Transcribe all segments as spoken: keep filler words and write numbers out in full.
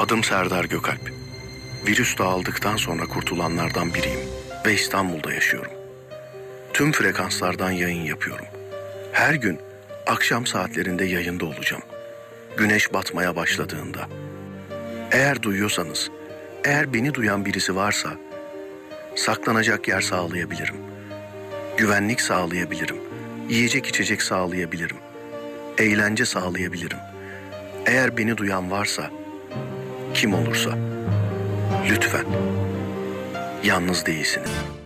Adım Serdar Gökalp. Virüs dağıldıktan sonra kurtulanlardan biriyim ve İstanbul'da yaşıyorum. Tüm frekanslardan yayın yapıyorum. Her gün akşam saatlerinde yayında olacağım. Güneş batmaya başladığında. Eğer duyuyorsanız, eğer beni duyan birisi varsa, saklanacak yer sağlayabilirim. Güvenlik sağlayabilirim. Yiyecek içecek sağlayabilirim. Eğlence sağlayabilirim. Eğer beni duyan varsa, kim olursa, lütfen, yalnız değilsiniz.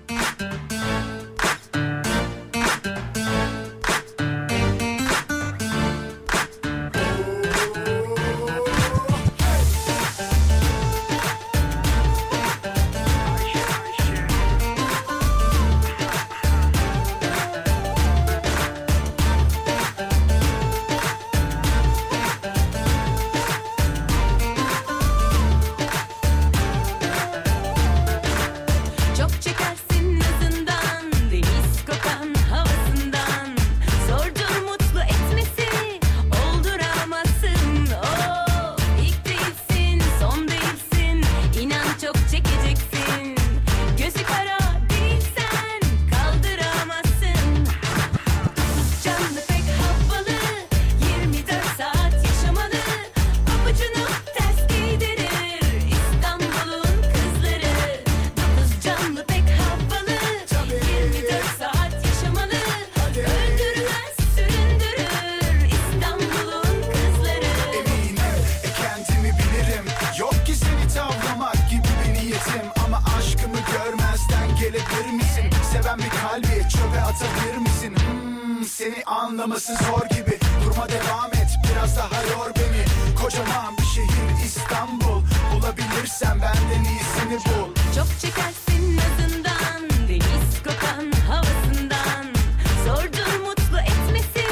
Anlaması zor gibi. Durma, devam et, biraz daha yor beni. Kocaman bir şehir İstanbul. Bulabilirsen benden iyisini bul. Çok çekersin nazından, deniz kokan havasından. Zordur mutlu etmesi,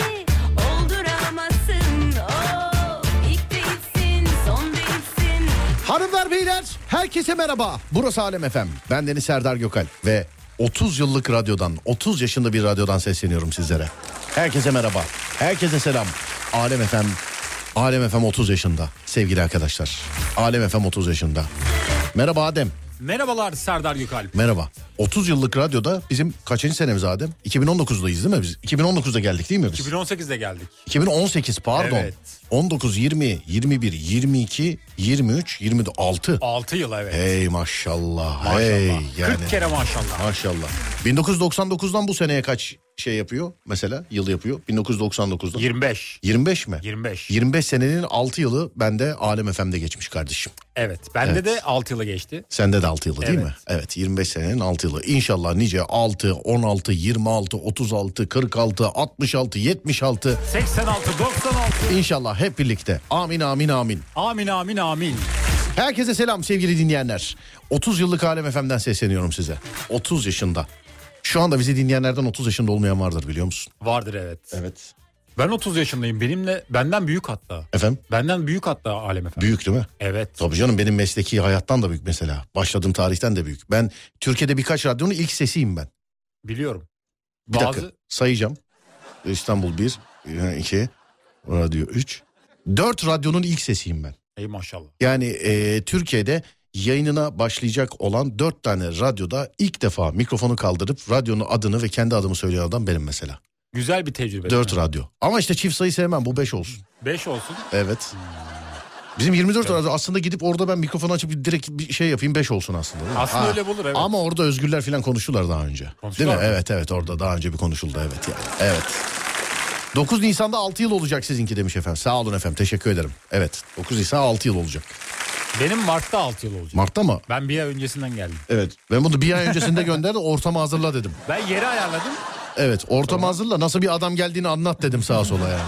olduramazsın. Oh, ilk değilsin, son değilsin. Hanımlar beyler, herkese merhaba. Burası Alem F M. Ben Deniz Serdar Gökalp ve otuz yıllık radyodan, otuz yaşında bir radyodan sesleniyorum sizlere. Herkese merhaba, herkese selam. Alem F M, Alem F M otuz yaşında sevgili arkadaşlar. Alem F M otuz yaşında. Merhaba Adem. Merhabalar Serdar Gökalp. Merhaba. otuz yıllık radyoda bizim kaçıncı senemiz Adem? iki bin on dokuzdayız değil mi biz? iki bin on dokuzda geldik değil mi biz? iki bin on sekizde geldik. iki bin on sekiz pardon. Evet. on dokuz, yirmi, yirmi bir, yirmi iki, yirmi üç, yirmi dört, altı. altı yıl evet. Hey maşallah. Maşallah. Hey, yani. kırk kere maşallah. Maşallah. bin dokuz yüz doksan dokuzdan bu seneye kaç şey yapıyor mesela? Yıl yapıyor. bin dokuz yüz doksan dokuzdan. yirmi beş. yirmi beş mi? yirmi beş. yirmi beş senenin altı yılı bende Alem F M'de geçmiş kardeşim. Evet. Bende Evet. de altı yılı geçti. Sende de altı yılı değil Evet. mi? Evet, yirmi beş senenin altı yılı. İnşallah nice altı, on altı, yirmi altı, otuz altı, kırk altı, altmış altı, yetmiş altı. seksen altı, doksan altı. İnşallah hep birlikte. Amin amin amin. Amin amin amin. Herkese selam sevgili dinleyenler. otuz yıllık Alem F M'den sesleniyorum size. otuz yaşında. Şu anda bizi dinleyenlerden otuz yaşında olmayan vardır biliyor musun? Vardır evet. Evet. Ben otuz yaşındayım. Benimle benden büyük hatta. Efendim? Benden büyük hatta Alem Efendim. Büyük değil mi? Evet. Tabii canım, benim mesleki hayattan da büyük mesela. Başladığım tarihten de büyük. Ben Türkiye'de birkaç radyonun ilk sesiyim ben. Biliyorum. Bir Bazı... dakika sayacağım. İstanbul bir, iki, radyo üç. dört radyonun ilk sesiyim ben. Ey maşallah. Yani e, Türkiye'de yayınına başlayacak olan dört tane radyoda ilk defa mikrofonu kaldırıp radyonun adını ve kendi adımı söyleyen adam benim mesela. Güzel bir tecrübe. Dört radyo. Ama işte çift sayı sevmem, bu beş olsun. Beş olsun. Evet. Bizim yirmi dört evet. radyo aslında, gidip orada ben mikrofonu açıp direkt bir şey yapayım, beş olsun aslında. Aslında ha. öyle bulur evet. Ama orada Özgürler falan konuştular daha önce. Değil mi? Mı? Evet evet, orada daha önce bir konuşuldu evet yani. Evet. dokuz Nisan'da altı yıl olacak sizinki demiş efendim. Sağ olun efendim, teşekkür ederim. Evet, dokuz Nisan altı yıl olacak. Benim Mart'ta altı yıl olacak. Mart'ta mı? Ben bir ay öncesinden geldim. Evet, ben bunu bir ay öncesinde gönderdim, ortamı hazırla dedim. Ben yeri ayarladım. Evet, ortamı tamam. hazırla, nasıl bir adam geldiğini anlat dedim sağa sola yani.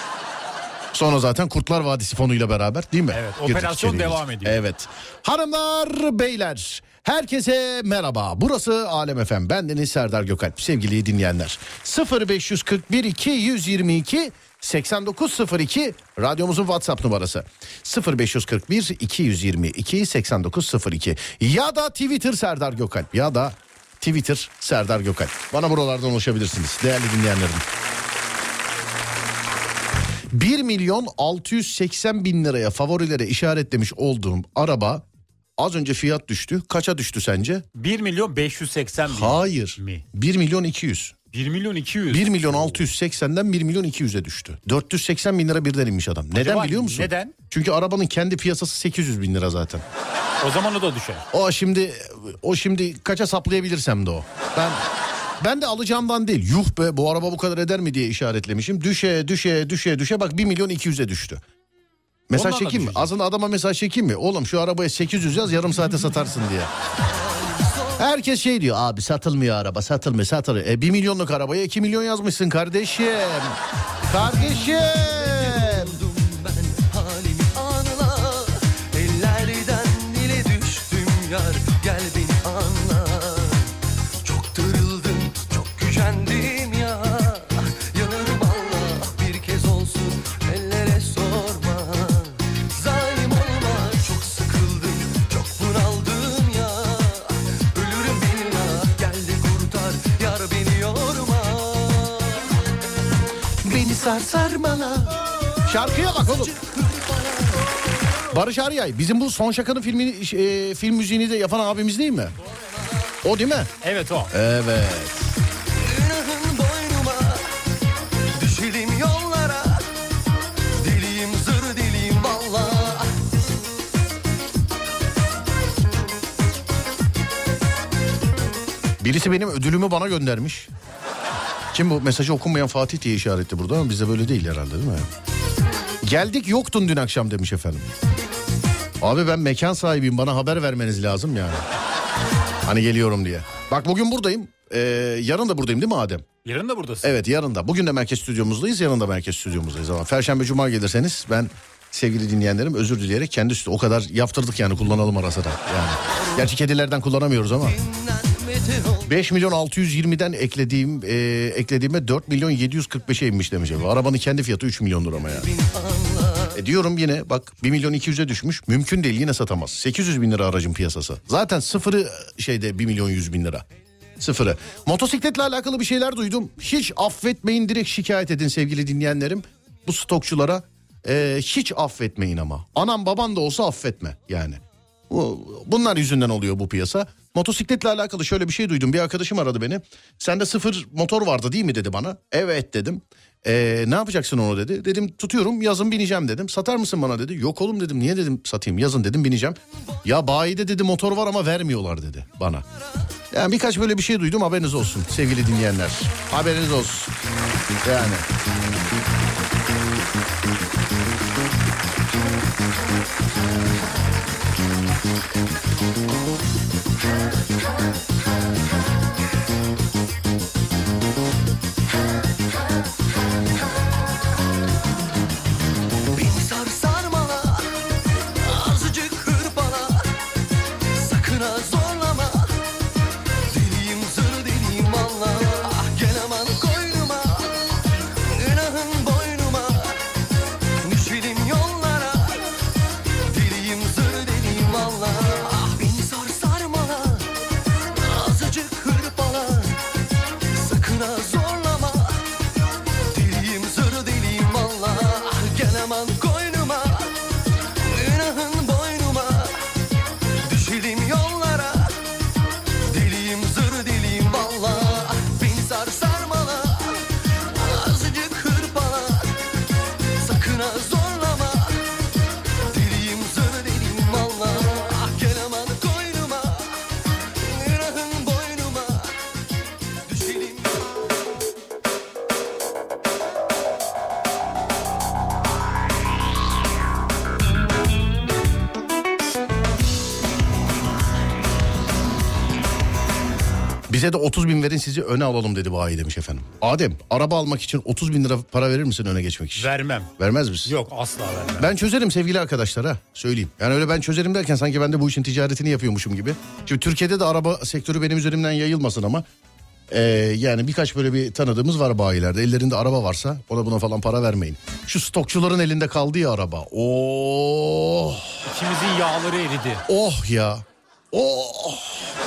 Sonra zaten Kurtlar Vadisi fonuyla beraber değil mi? Evet, operasyon devam ediyor. Evet. Hanımlar, beyler, herkese merhaba. Burası Alem F M. Ben Deniz Serdar Gökalp. Sevgili dinleyenler. sıfır beş kırk bir iki yüz yirmi iki seksen dokuz sıfır iki radyomuzun WhatsApp numarası. sıfır beş kırk bir iki yüz yirmi iki seksen dokuz sıfır iki ya da Twitter Serdar Gökalp ya da Twitter Serdar Gökalp. Bana buralardan ulaşabilirsiniz değerli dinleyenlerim. bir milyon altı yüz seksen bin liraya favorilere işaretlemiş olduğum araba az önce fiyat düştü. Kaça düştü sence? bir milyon beş yüz seksen bin. Hayır. Mi? bir milyon iki yüz. bir milyon iki yüz. bir milyon altı yüz seksenden bir milyon iki yüze düştü. dört yüz seksen bin lira birden inmiş adam. Neden Acaba biliyor musun? neden? Çünkü arabanın kendi piyasası sekiz yüz bin lira zaten. O zaman o da düşer. O şimdi o şimdi kaça saplayabilirsem de o. Ben ben de alacağımdan değil. Yuh be, bu araba bu kadar eder mi diye işaretlemişim. Düşe düşe düşe düşe bak bir milyon iki yüze düştü. Mesaj Ondan da çekeyim mi? düşecek. Aslında adama mesaj çekeyim mi? Oğlum şu arabaya sekiz yüz yaz, yarım saate satarsın diye. Herkes şey diyor, abi satılmıyor araba, satılmıyor satılıyor. E bir milyonluk arabaya iki milyon yazmışsın kardeşim. Kardeşim. Ben halimi anla, ellerden dile düştüm yar, gel beni anla. Çok darıldım, çok gücendim ya, yanarım Allah bir kez olsun ellere sorma. Zalim olma, çok sıkıldım, çok bunaldım ya, ölürüm billah, gel de kurtar yar beni yorma. Beni sar sarmala. Şarkıya bak oğlum. Barış Aryay, bizim bu Son Şaka'nın filmini, e, film müziğini de yapan abimiz değil mi? O değil mi? Evet o. Evet. Günahın boynuma, düşelim yollara, deliyim zır deliyim valla. Birisi benim ödülümü bana göndermiş. Kim bu? Mesajı okunmayan Fatih diye işaretli burada ama bizde böyle değil herhalde, değil mi? Geldik yoktun dün akşam demiş efendim. Abi ben mekan sahibiyim, bana haber vermeniz lazım yani. Hani geliyorum diye. Bak bugün buradayım. Ee, yarın da buradayım değil mi Adem? Yarın da buradasın. Evet yarın da. Bugün de merkez stüdyomuzdayız, yarın da merkez stüdyomuzdayız ama Perşembe Cuma gelirseniz ben sevgili dinleyenlerim özür dileyerek kendi stüdyo o kadar yaptırdık yani, kullanalım arası da yani. Gerçi kedilerden kullanamıyoruz ama. beş milyon altı yüz yirmiden eklediğim e, eklediğime dört milyon yedi yüz kırk beşe inmiş demiş. Arabanın kendi fiyatı üç milyon lira ama yani. E diyorum yine bak bir milyon iki yüze düşmüş. Mümkün değil, yine satamaz. sekiz yüz bin lira aracın piyasası. Zaten sıfırı şeyde bir milyon yüz bin lira. Sıfırı. Motosikletle alakalı bir şeyler duydum. Hiç affetmeyin, direkt şikayet edin sevgili dinleyenlerim. Bu stokçulara e, hiç affetmeyin ama. Anam baban da olsa affetme yani. Bunlar yüzünden oluyor bu piyasa. Motosikletle alakalı şöyle bir şey duydum. Bir arkadaşım aradı beni. Sende sıfır motor vardı değil mi dedi bana. Evet dedim. Ee, ne yapacaksın onu dedi. Dedim tutuyorum, yazın bineceğim dedim. Satar mısın bana dedi. Yok oğlum dedim, niye dedim satayım, yazın dedim bineceğim. Ya bayide dedi motor var ama vermiyorlar dedi bana. Yani birkaç böyle bir şey duydum, haberiniz olsun sevgili dinleyenler. Haberiniz olsun. Yani. Beni sar sarmala, azıcık hırpala, sakın ha zorlama, deliyim zır deliyim valla. Gel aman koynuma, günahın boynuma, düşelim yollara, deliyim zır deliyim valla. Beni sar sarmala, azıcık hırpala, sakın ha zorlama, deliyim zır deliyim valla. Gel aman koynuma, günahın boynuma, düşelim yollara, deliyim zır deliyim valla. Beni sar sarmala, azıcık hırpala, sakın ha zorlama, deliyim zır deliyim valla. Gel aman koynuma, günahın boynuma, düşelim. Bize de otuz bin verin, sizi öne alalım dedi bayi demiş efendim. Adem, araba almak için otuz bin lira para verir misin öne geçmek için? Vermem. Vermez misin? Yok, asla vermem. Ben çözerim sevgili arkadaşlar ha, söyleyeyim. Yani öyle ben çözerim derken sanki ben de bu işin ticaretini yapıyormuşum gibi. Şimdi Türkiye'de de araba sektörü benim üzerimden yayılmasın ama... Ee, yani birkaç böyle bir tanıdığımız var bayilerde. Ellerinde araba varsa ona buna falan para vermeyin. Şu stokçuların elinde kaldı ya araba. Oh, İçimizin yağları eridi. oh ya. Oh.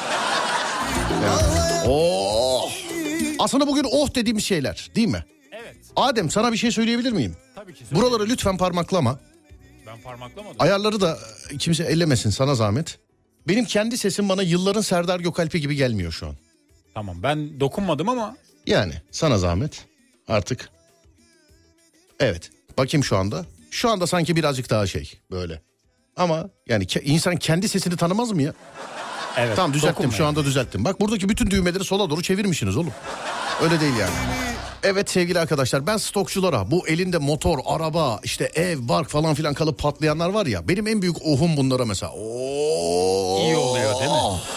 Yani, oh. Aslında bugün oh dediğimiz şeyler değil mi? Evet. Adem, sana bir şey söyleyebilir miyim? Tabii Tabii ki. Söyle. Buraları lütfen parmaklama. Ben parmaklamadım. Ayarları da kimse ellemesin, sana zahmet. Benim kendi sesim bana yılların Serdar Gökalp'i gibi gelmiyor şu an. Tamam, ben dokunmadım ama. Yani sana zahmet artık. Evet, bakayım şu anda. Şu anda sanki birazcık daha şey böyle. Ama yani ke- insan kendi sesini tanımaz mı ya? Evet. Tamam, düzelttim, dokunma şu yani. anda düzelttim. Bak, buradaki bütün düğmeleri sola doğru çevirmişsiniz oğlum. Öyle değil yani. Evet sevgili arkadaşlar, ben stokçulara, bu elinde motor, araba, işte ev, bark falan filan kalıp patlayanlar var ya, benim en büyük ohum bunlara mesela. Oh, İyi oluyor değil mi?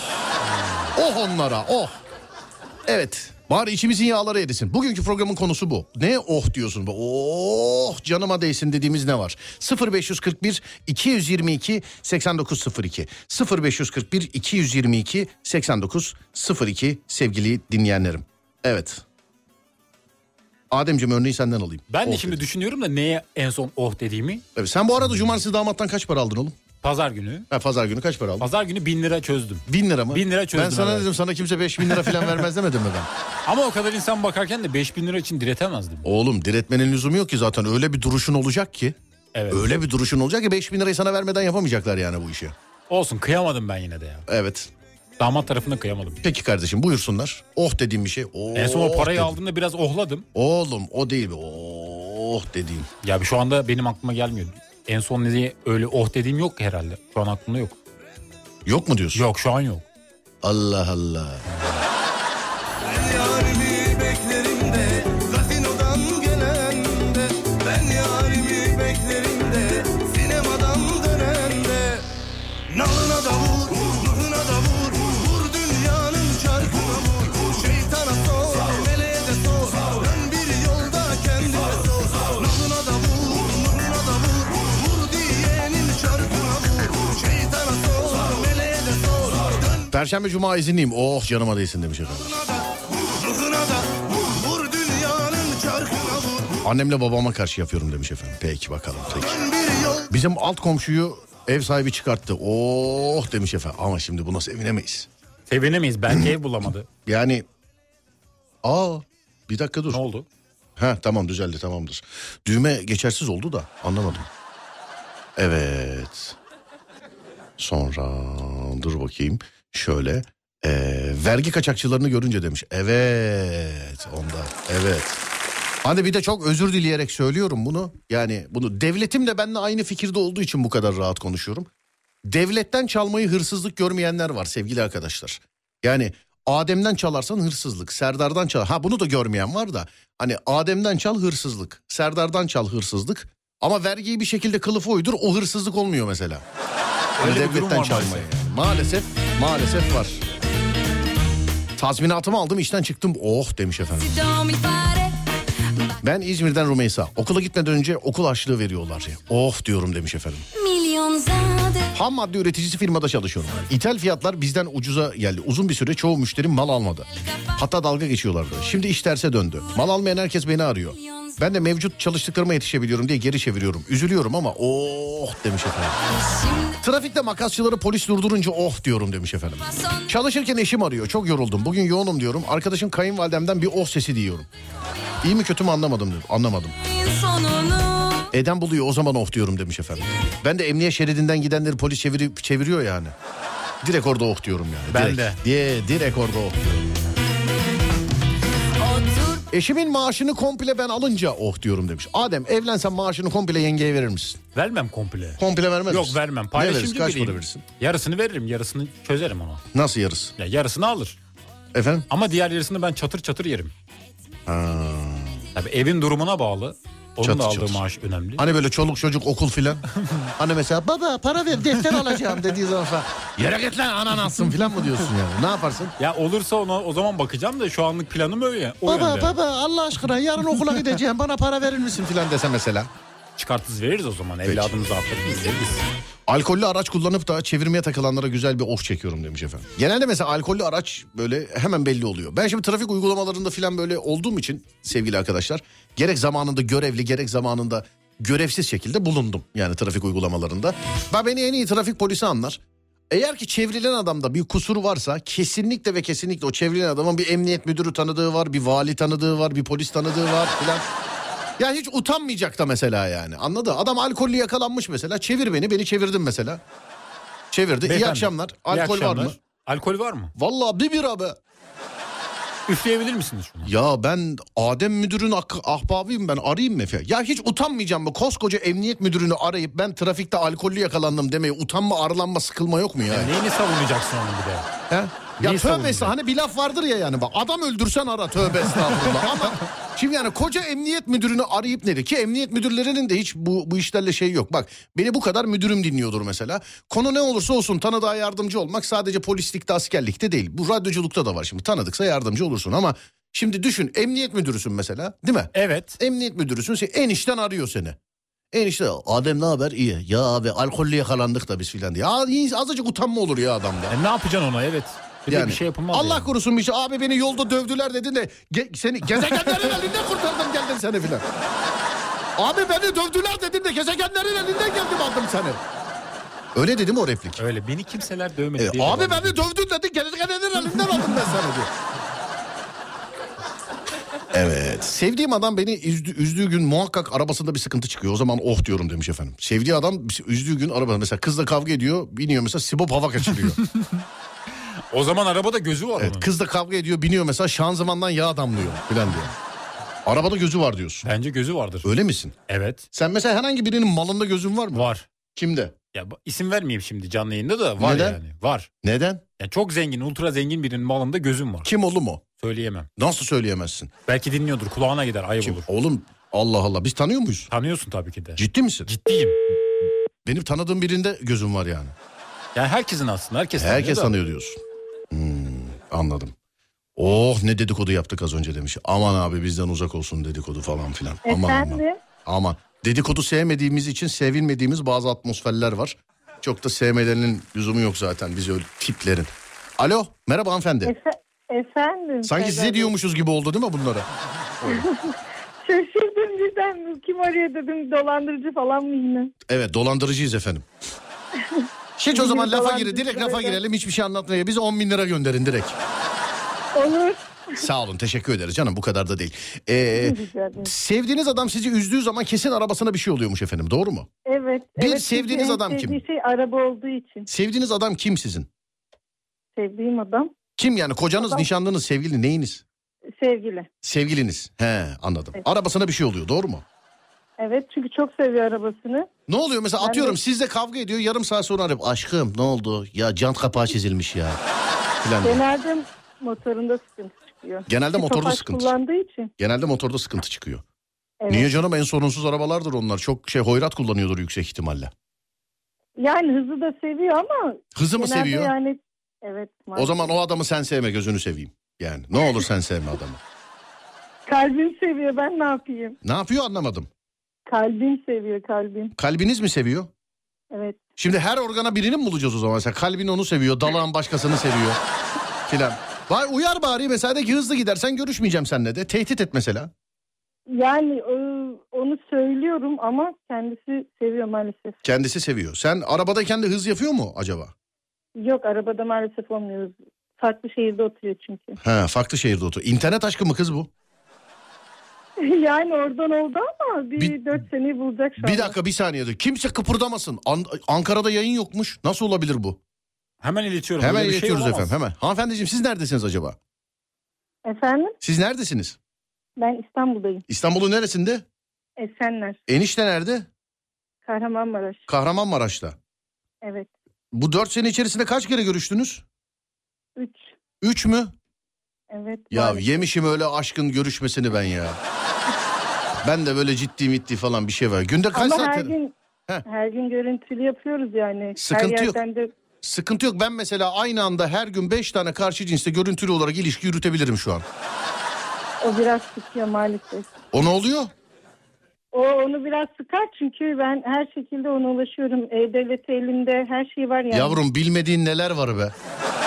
Oh onlara, oh. Evet, bari içimizin yağları erisin. Bugünkü programın konusu bu. Ne oh diyorsun? Oh canıma değsin dediğimiz ne var? sıfır beş kırk bir iki yüz yirmi iki seksen dokuz sıfır iki sıfır beş kırk bir iki yüz yirmi iki seksen dokuz sıfır iki sevgili dinleyenlerim. Evet. Ademciğim, örneği senden alayım. Ben de Oh şimdi dedim. düşünüyorum da neye en son oh dediğimi. Evet, sen bu arada cumartesi damattan kaç para aldın oğlum? Pazar günü. Ha, pazar günü kaç para aldın? Pazar günü bin lira çözdüm. Bin lira mı? Bin lira çözdüm. Ben sana evet. dedim, sana kimse beş bin lira falan vermez demedim mi ben? Ama o kadar insan bakarken de beş bin lira için diretemezdim. Oğlum, diretmenin lüzumu yok ki zaten, öyle bir duruşun olacak ki. Evet. Öyle bir duruşun olacak ki beş bin lirayı sana vermeden yapamayacaklar yani bu işi. Olsun, kıyamadım ben yine de ya. Evet. Damat tarafına kıyamadım. Peki kardeşim, buyursunlar. Oh dediğim bir şey. Oh, En son o parayı dedim. aldığımda biraz ohladım. Oğlum o değil be. Oh dediğim. Ya şu anda benim aklıma gelmiyor. En son ne diye öyle oh dediğim yok herhalde. Şu an aklımda yok. Yok mu diyorsun? Yok, şu an yok. Allah Allah. Ben yarimi beklerim de gazinodan gelen de, ben yarimi beklerim de sinemadan dönen de. Nalına da vur, ruhuna da vur, vur dünyanın çarkına vur. Şeytana sor, meleğe de sor, dön bir yolda kendine sor. Nalına da vur, ruhuna da vur, vur diyenin çarkına vur. Şeytana sor, meleğe de sor, dön. Perşembe cuma izinliyim. Oh canıma değsin demiş efendim. Ruhuna da vur dünyanın çarkına vur. Annemle babama karşı yapıyorum demiş efendim. Peki bakalım. Peki. Dön bir yol. Bizim alt komşuyu ev sahibi çıkarttı. Oh demiş efendim. Ama şimdi buna sevinemeyiz. Sevinemeyiz. Belki ev bulamadı. Yani aa bir dakika dur. Ne oldu? Ha tamam, düzeldi, tamamdır. Düğme geçersiz oldu da anlamadım. Evet. Sonra dur bakayım. Şöyle. Ee, vergi kaçakçılarını görünce demiş. Evet onda. Evet. Hani bir de çok özür dileyerek söylüyorum bunu. Yani bunu devletim de benimle aynı fikirde olduğu için bu kadar rahat konuşuyorum. Devletten çalmayı hırsızlık görmeyenler var sevgili arkadaşlar. Yani Adem'den çalarsan hırsızlık, Serdar'dan çal. Ha bunu da görmeyen var da. Hani Adem'den çal hırsızlık, Serdar'dan çal hırsızlık. Ama vergiyi bir şekilde kılıfa uydur, o hırsızlık olmuyor mesela. Hani Öyle bir durum devletten var çalmaya maalesef. yani. Maalesef, maalesef var. Tazminatımı aldım, işten çıktım. Oh demiş efendim. Non mi fare Ben İzmir'den Rümeysa. Okula gitmeden önce okul harçlığı veriyorlar. Oh diyorum demiş efendim. milyonzade. Ham madde üreticisi firmada çalışıyorum. İthal fiyatlar bizden ucuza geldi. Uzun bir süre çoğu müşterim mal almadı. Hatta dalga geçiyorlardı. Şimdi iş terse döndü. Mal almayan herkes beni arıyor. Ben de mevcut çalıştıklarıma yetişebiliyorum diye geri çeviriyorum. Üzülüyorum ama oh demiş efendim. Trafikte makasçıları polis durdurunca oh diyorum demiş efendim. Çalışırken eşim arıyor. Çok yoruldum. Bugün yoğunum diyorum. Arkadaşım kayınvalidemden bir oh sesi diyorum. İyi mi kötü mü anlamadım diyor. Anlamadım. Sonunu Eden buluyor, o zaman oh diyorum demiş efendim. Ben de emniyet şeridinden gidenleri polis çeviri, çeviriyor yani. Direkt orada oh diyorum yani. Ben direkt. de. Diye, direkt orada oh diyorum. otur. Eşimin maaşını komple ben alınca oh diyorum demiş. Adem, evlensen maaşını komple yengeye verir misin? Vermem komple. Komple vermez Yok misin? vermem. Ne Paylaşımcı verirsin? Kaç biriyim. para verirsin? Yarısını veririm. Yarısını çözerim ona. Nasıl yarısı? Ya yarısını alır. Efendim? Ama diğer yarısını ben çatır çatır yerim. Ha. Tabii evin durumuna bağlı. Onun Çatır da aldığı çatır. maaş önemli. Hani böyle çoluk çocuk okul filan. Hani mesela baba para ver defter alacağım dediği zaman falan. Yere git lan anan alsın filan mı diyorsun yani? Ne yaparsın? Ya olursa ona o zaman bakacağım da şu anlık planım öyle. O Baba yönde. baba Allah aşkına yarın okula gideceğim, bana para verir misin filan dese mesela. Çıkartırız veririz o zaman. Evladımızı affetmeyiz veririz. Alkollü araç kullanıp da çevirmeye takılanlara güzel bir oh çekiyorum demiş efendim. Genelde mesela alkollü araç böyle hemen belli oluyor. Ben şimdi trafik uygulamalarında falan böyle olduğum için sevgili arkadaşlar, gerek zamanında görevli gerek zamanında görevsiz şekilde bulundum yani trafik uygulamalarında. Ben beni en iyi trafik polisi anlar. Eğer ki çevrilen adamda bir kusuru varsa kesinlikle ve kesinlikle o çevrilen adamın bir emniyet müdürü tanıdığı var, bir vali tanıdığı var, bir polis tanıdığı var filan. Ya hiç utanmayacak da mesela yani. Anladın? Adam alkollü yakalanmış mesela. Çevir beni. Beni çevirdin mesela. Çevirdi. İyi Beyefendi, akşamlar. iyi Alkol akşamlar. var mı? Alkol var mı? Vallahi bir bira be. Üfleyebilir misiniz şunu? Ya ben Adem müdürün ak- ahbabıyım ben, arayayım mı efendim? Ya hiç utanmayacağım mı? Koskoca emniyet müdürünü arayıp ben trafikte alkollü yakalandım demeye utanma, arılanma, sıkılma yok mu ya? Ya neyini savunacaksın onu bir de? He? Ya Neyi tövbe savunacak? estağfurullah, hani bir laf vardır ya yani, bak adam öldürsen ara, tövbe estağfurullah. Ama şimdi yani koca emniyet müdürünü arayıp ne de ki emniyet müdürlerinin de hiç bu, bu işlerle şey yok. Bak beni bu kadar müdürüm dinliyordur mesela. Konu ne olursa olsun tanıdığa yardımcı olmak sadece polislikte, askerlikte değil. Bu radyoculukta da var şimdi, tanıdıksa yardımcı olursun ama şimdi düşün, emniyet müdürüsün mesela, değil mi? Evet. Emniyet müdürüsün, sen enişten arıyor seni. Enişte, Adem ne haber? İyi. Ya abi alkollü yakalandık da biz filan diye. Ya iyi, azıcık utanma olur ya adamda. E ne yapacaksın ona, evet. Bir de Yani, bir şey yapılmaz. Allah yani. korusun bir şey. Abi beni yolda dövdüler dedin de ge- seni gezegenlerin elinden kurtardım geldin seni filan. Abi beni dövdüler dedin de gezegenlerin elinden geldim aldım seni. Öyle dedim o replik. Öyle, beni kimseler dövmedi. E, diye abi devam beni ediyor. dövdün dedin gezegenlerin elinden aldım ben seni diyor. Evet. Sevdiğim adam beni üzdü, üzdüğü gün muhakkak arabasında bir sıkıntı çıkıyor. O zaman oh diyorum demiş efendim. Sevdiği adam üzdüğü gün arabada mesela kızla kavga ediyor. Biniyor mesela sibop hava kaçırıyor. O zaman arabada gözü var Evet, onun. kızla kavga ediyor, biniyor mesela şanzımandan yağ damlıyor filan diyor. Arabada gözü var diyorsun. Bence gözü vardır. Öyle misin? Evet. Sen mesela herhangi birinin malında gözün var mı? Var. Kimde? Ya ba- isim vermeyeyim şimdi canlı yayında da var Neden? yani. Var. Neden? Ya çok zengin, ultra zengin birinin malında gözüm var. Kim oğlum o? Söyleyemem. Nasıl söyleyemezsin? Belki dinliyordur, kulağına gider, ayıp Kim? olur. Oğlum Allah Allah, biz tanıyor muyuz? Tanıyorsun tabii ki de. Ciddi misin? Ciddiyim. Benim tanıdığım birinde gözüm var yani. Yani herkesin aslında, herkes tanıyor. Herkes da. tanıyor diyorsun. Hmm, anladım. Oh ne dedikodu yaptık az önce demiş. Aman abi bizden uzak olsun dedikodu falan filan. Aman aman. Efendim? Aman. Dedikodu sevmediğimiz için sevilmediğimiz bazı atmosferler var. Çok da sevmelerinin lüzumu yok zaten biz öyle tiplerin. Alo, merhaba hanımefendi. Efe- efendim. Sanki size Serdar Bey. diyormuşuz gibi oldu değil mi bunlara? Şaşırdım birden. Kim arıyor dedim, dolandırıcı falan mı yine? Evet, dolandırıcıyız efendim. Hiç o zaman lafa gire, Dolandırıcı, direkt lafa evet. girelim, hiçbir şey anlatmaya. Bize on bin lira gönderin direkt. Olur. Sağ olun, teşekkür ederiz canım, bu kadar da değil. Ee, Rica ederim. sevdiğiniz adam sizi üzdüğü zaman kesin arabasına bir şey oluyormuş efendim, doğru mu? Evet. Bir evet, sevdiğiniz çünkü en adam kim? sevdiği şey araba olduğu için. Sevdiğiniz adam kim sizin? Sevdiğim adam Kim yani, kocanız, Adam. nişanlınız, sevgili, neyiniz? sevgili. Sevgiliniz. He, anladım. Evet. Arabasına bir şey oluyor, doğru mu? Evet, çünkü çok seviyor arabasını. Ne oluyor mesela, Ben atıyorum de- sizle kavga ediyor, yarım saat sonra arayıp aşkım ne oldu? Ya jant kapağı çizilmiş ya. Falan diyor. Genelde motorunda sıkıntı çıkıyor. Genelde Bir motorda Tofaş sıkıntı. kullandığı için. Genelde motorda sıkıntı çıkıyor. Evet. Niye canım, en sorunsuz arabalardır onlar. Çok şey hoyrat kullanıyordur yüksek ihtimalle. Yani hızı da seviyor ama. Hızı mı genelde seviyor? Yani, evet. O maalesef. zaman o adamı sen sevme, gözünü seveyim. Yani ne olur sen sevme adamı. Kalbim seviyor, ben ne yapayım? Ne yapıyor anlamadım. Kalbim seviyor, kalbim. Kalbiniz mi seviyor? Evet. Şimdi her organa birini mi bulacağız o zaman? Mesela kalbin onu seviyor, dalağın başkasını seviyor filan. Vay uyar bari mesela, de ki hızlı gidersen görüşmeyeceğim seninle de. Tehdit et mesela. Yani e, onu söylüyorum ama kendisi seviyor maalesef. Kendisi seviyor. Sen arabadayken de hız yapıyor mu acaba? Yok, arabada maalesef olmuyoruz. Farklı şehirde oturuyor çünkü. He, farklı şehirde otur. İnternet aşkı mı kız bu? Yani oradan oldu ama bir, Bir- dört seneyi bulacak şu Bir anda. dakika, bir saniye dur. Kimse kıpırdamasın. An- Ankara'da yayın yokmuş. Nasıl olabilir bu? Hemen iletiyorum. Hemen Böyle bir şey iletiyoruz olamaz. efendim, hemen. Hanımefendiciğim siz neredesiniz acaba? Efendim? Siz neredesiniz? Ben İstanbul'dayım. İstanbul'un neresinde? Esenler. Enişte nerede? Kahramanmaraş. Kahramanmaraş'ta. Evet. Bu dört sene içerisinde kaç kere görüştünüz? Üç. Üç mü? Evet. Ya maalesef. yemişim öyle aşkın görüşmesini ben ya. Ben de böyle ciddi mitti falan bir şey var. Günde kaç Ama saat? her tele- gün Heh. her gün görüntülü yapıyoruz yani. Sıkıntı her yok. yerden de Sıkıntı yok. Ben mesela aynı anda her gün beş tane karşı cinsle görüntülü olarak ilişki yürütebilirim şu an. o biraz sıkıyor maalesef. O ne oluyor? O onu biraz sıkar çünkü ben her şekilde ona ulaşıyorum. E-Devlet elimde, her şey var yani. Yavrum bilmediğin neler var be.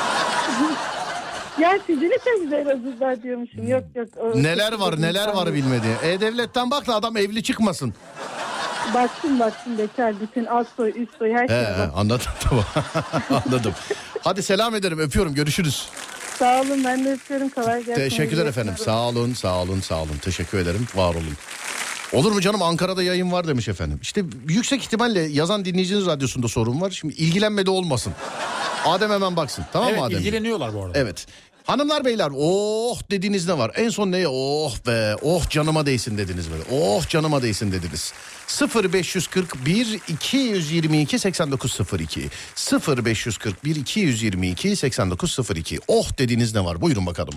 Ya sizin için güzel azızlar diyormuşum. Yok yok. o- Neler var neler var bilmediğin. E-Devlet'ten bak da adam evli çıkmasın. Baktım baktım bekar. Bütün alt soy, üst soy her He, şey he, var. anladım tamam. Anladım. Hadi selam ederim, öpüyorum, görüşürüz. Sağ olun, ben de öpüyorum. Kolay gelsin. Teşekkürler İyi efendim. akşamlar. Sağ olun, sağ olun, sağ olun. Teşekkür ederim. Var olun. Olur mu canım, Ankara'da yayın var demiş efendim. İşte yüksek ihtimalle yazan dinleyicinin radyosunda sorun var. Şimdi ilgilenmedi olmasın. Adem hemen baksın, tamam Evet, mı Adem? ilgileniyorlar bu arada. Evet. Hanımlar beyler, oh dediğiniz ne var? En son neye oh be, oh canıma değsin dediniz böyle. Oh canıma değsin dediniz. sıfır beş kırk bir iki yüz yirmi iki seksen dokuz sıfır iki sıfır beş kırk bir iki yüz yirmi iki seksen dokuz sıfır iki. Oh dediğiniz ne var? Buyurun bakalım.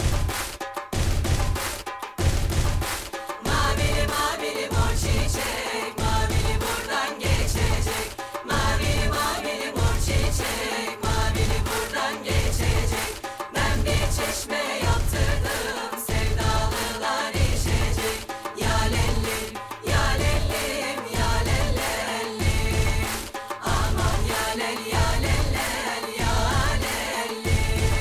Mavili mavili mor çiçek, mavili buradan geçecek. Mavili mavili mor çiçek, mavili buradan geçecek. Ben bir çeşme yaptırdım, sevdalılar içecek. Ya lellim, ya lellim, ya lellellim. Aman ya lel, ya lellel, ya lellim.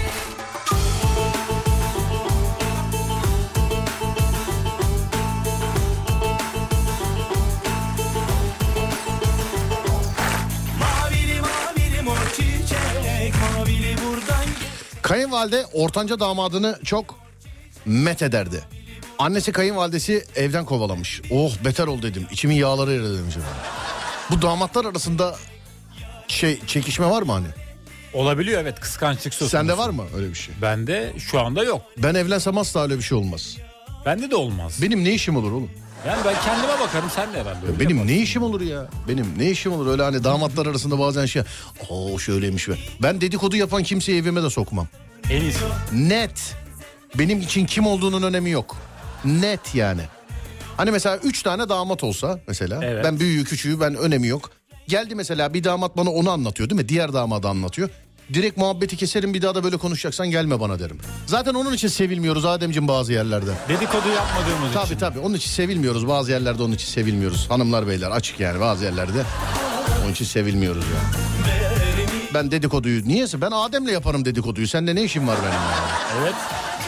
Mavili mavili mor çiçek, mavili buradan. Kayınvalide ortanca damadını çok met ederdi. Annesi kayınvalidesi evden kovalamış. Oh beter ol dedim. İçimin yağları eridi demiş efendim. Bu damatlar arasında şey çekişme var mı hani? Olabiliyor evet, kıskançlık söz konusu. Sende var mı öyle bir şey? Bende şu anda yok. Ben evlensem asla öyle bir şey olmaz. Bende de olmaz. Benim ne işim olur oğlum? Yani ben kendime bakarım, sen de herhalde öyle Benim yaparsın. ne işim olur ya? Benim ne işim olur öyle hani damatlar arasında bazen şey. Oo şöyleymiş be. Ben dedikodu yapan kimseyi evime de sokmam. En iyisi. Net. Benim için kim olduğunun önemi yok. Net yani. Hani mesela üç tane damat olsa mesela. Evet. Ben büyüğü küçüğü ben önemi yok. Geldi mesela bir damat bana onu anlatıyor değil mi? Diğer damadı anlatıyor. Direkt muhabbeti keserim, bir daha da böyle konuşacaksan gelme bana derim. Zaten onun için sevilmiyoruz Ademciğim bazı yerlerde. Dedikodu yapmadığımız için. Tabii tabii onun için sevilmiyoruz, bazı yerlerde onun için sevilmiyoruz. Hanımlar beyler açık yani, bazı yerlerde onun için sevilmiyoruz ya. Ben dedikoduyu niyeyse ben Adem'le yaparım dedikoduyu. Seninle ne işim var benim yani? Evet.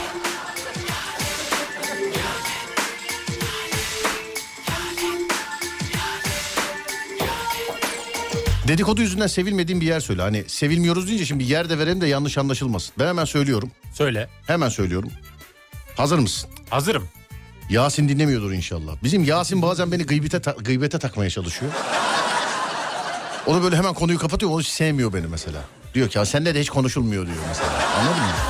Dedikodu yüzünden sevilmediğim bir yer söyle. Hani sevilmiyoruz deyince şimdi bir yer de verelim de yanlış anlaşılmasın. Ben hemen söylüyorum. Söyle. Hemen söylüyorum. Hazır mısın? Hazırım. Yasin dinlemiyordur inşallah. Bizim Yasin bazen beni gıybete, ta- gıybete takmaya çalışıyor. Onu böyle hemen konuyu kapatıyor. Onu hiç sevmiyor beni mesela. Diyor ki ya seninle de hiç konuşulmuyor diyor mesela. Anladın mı?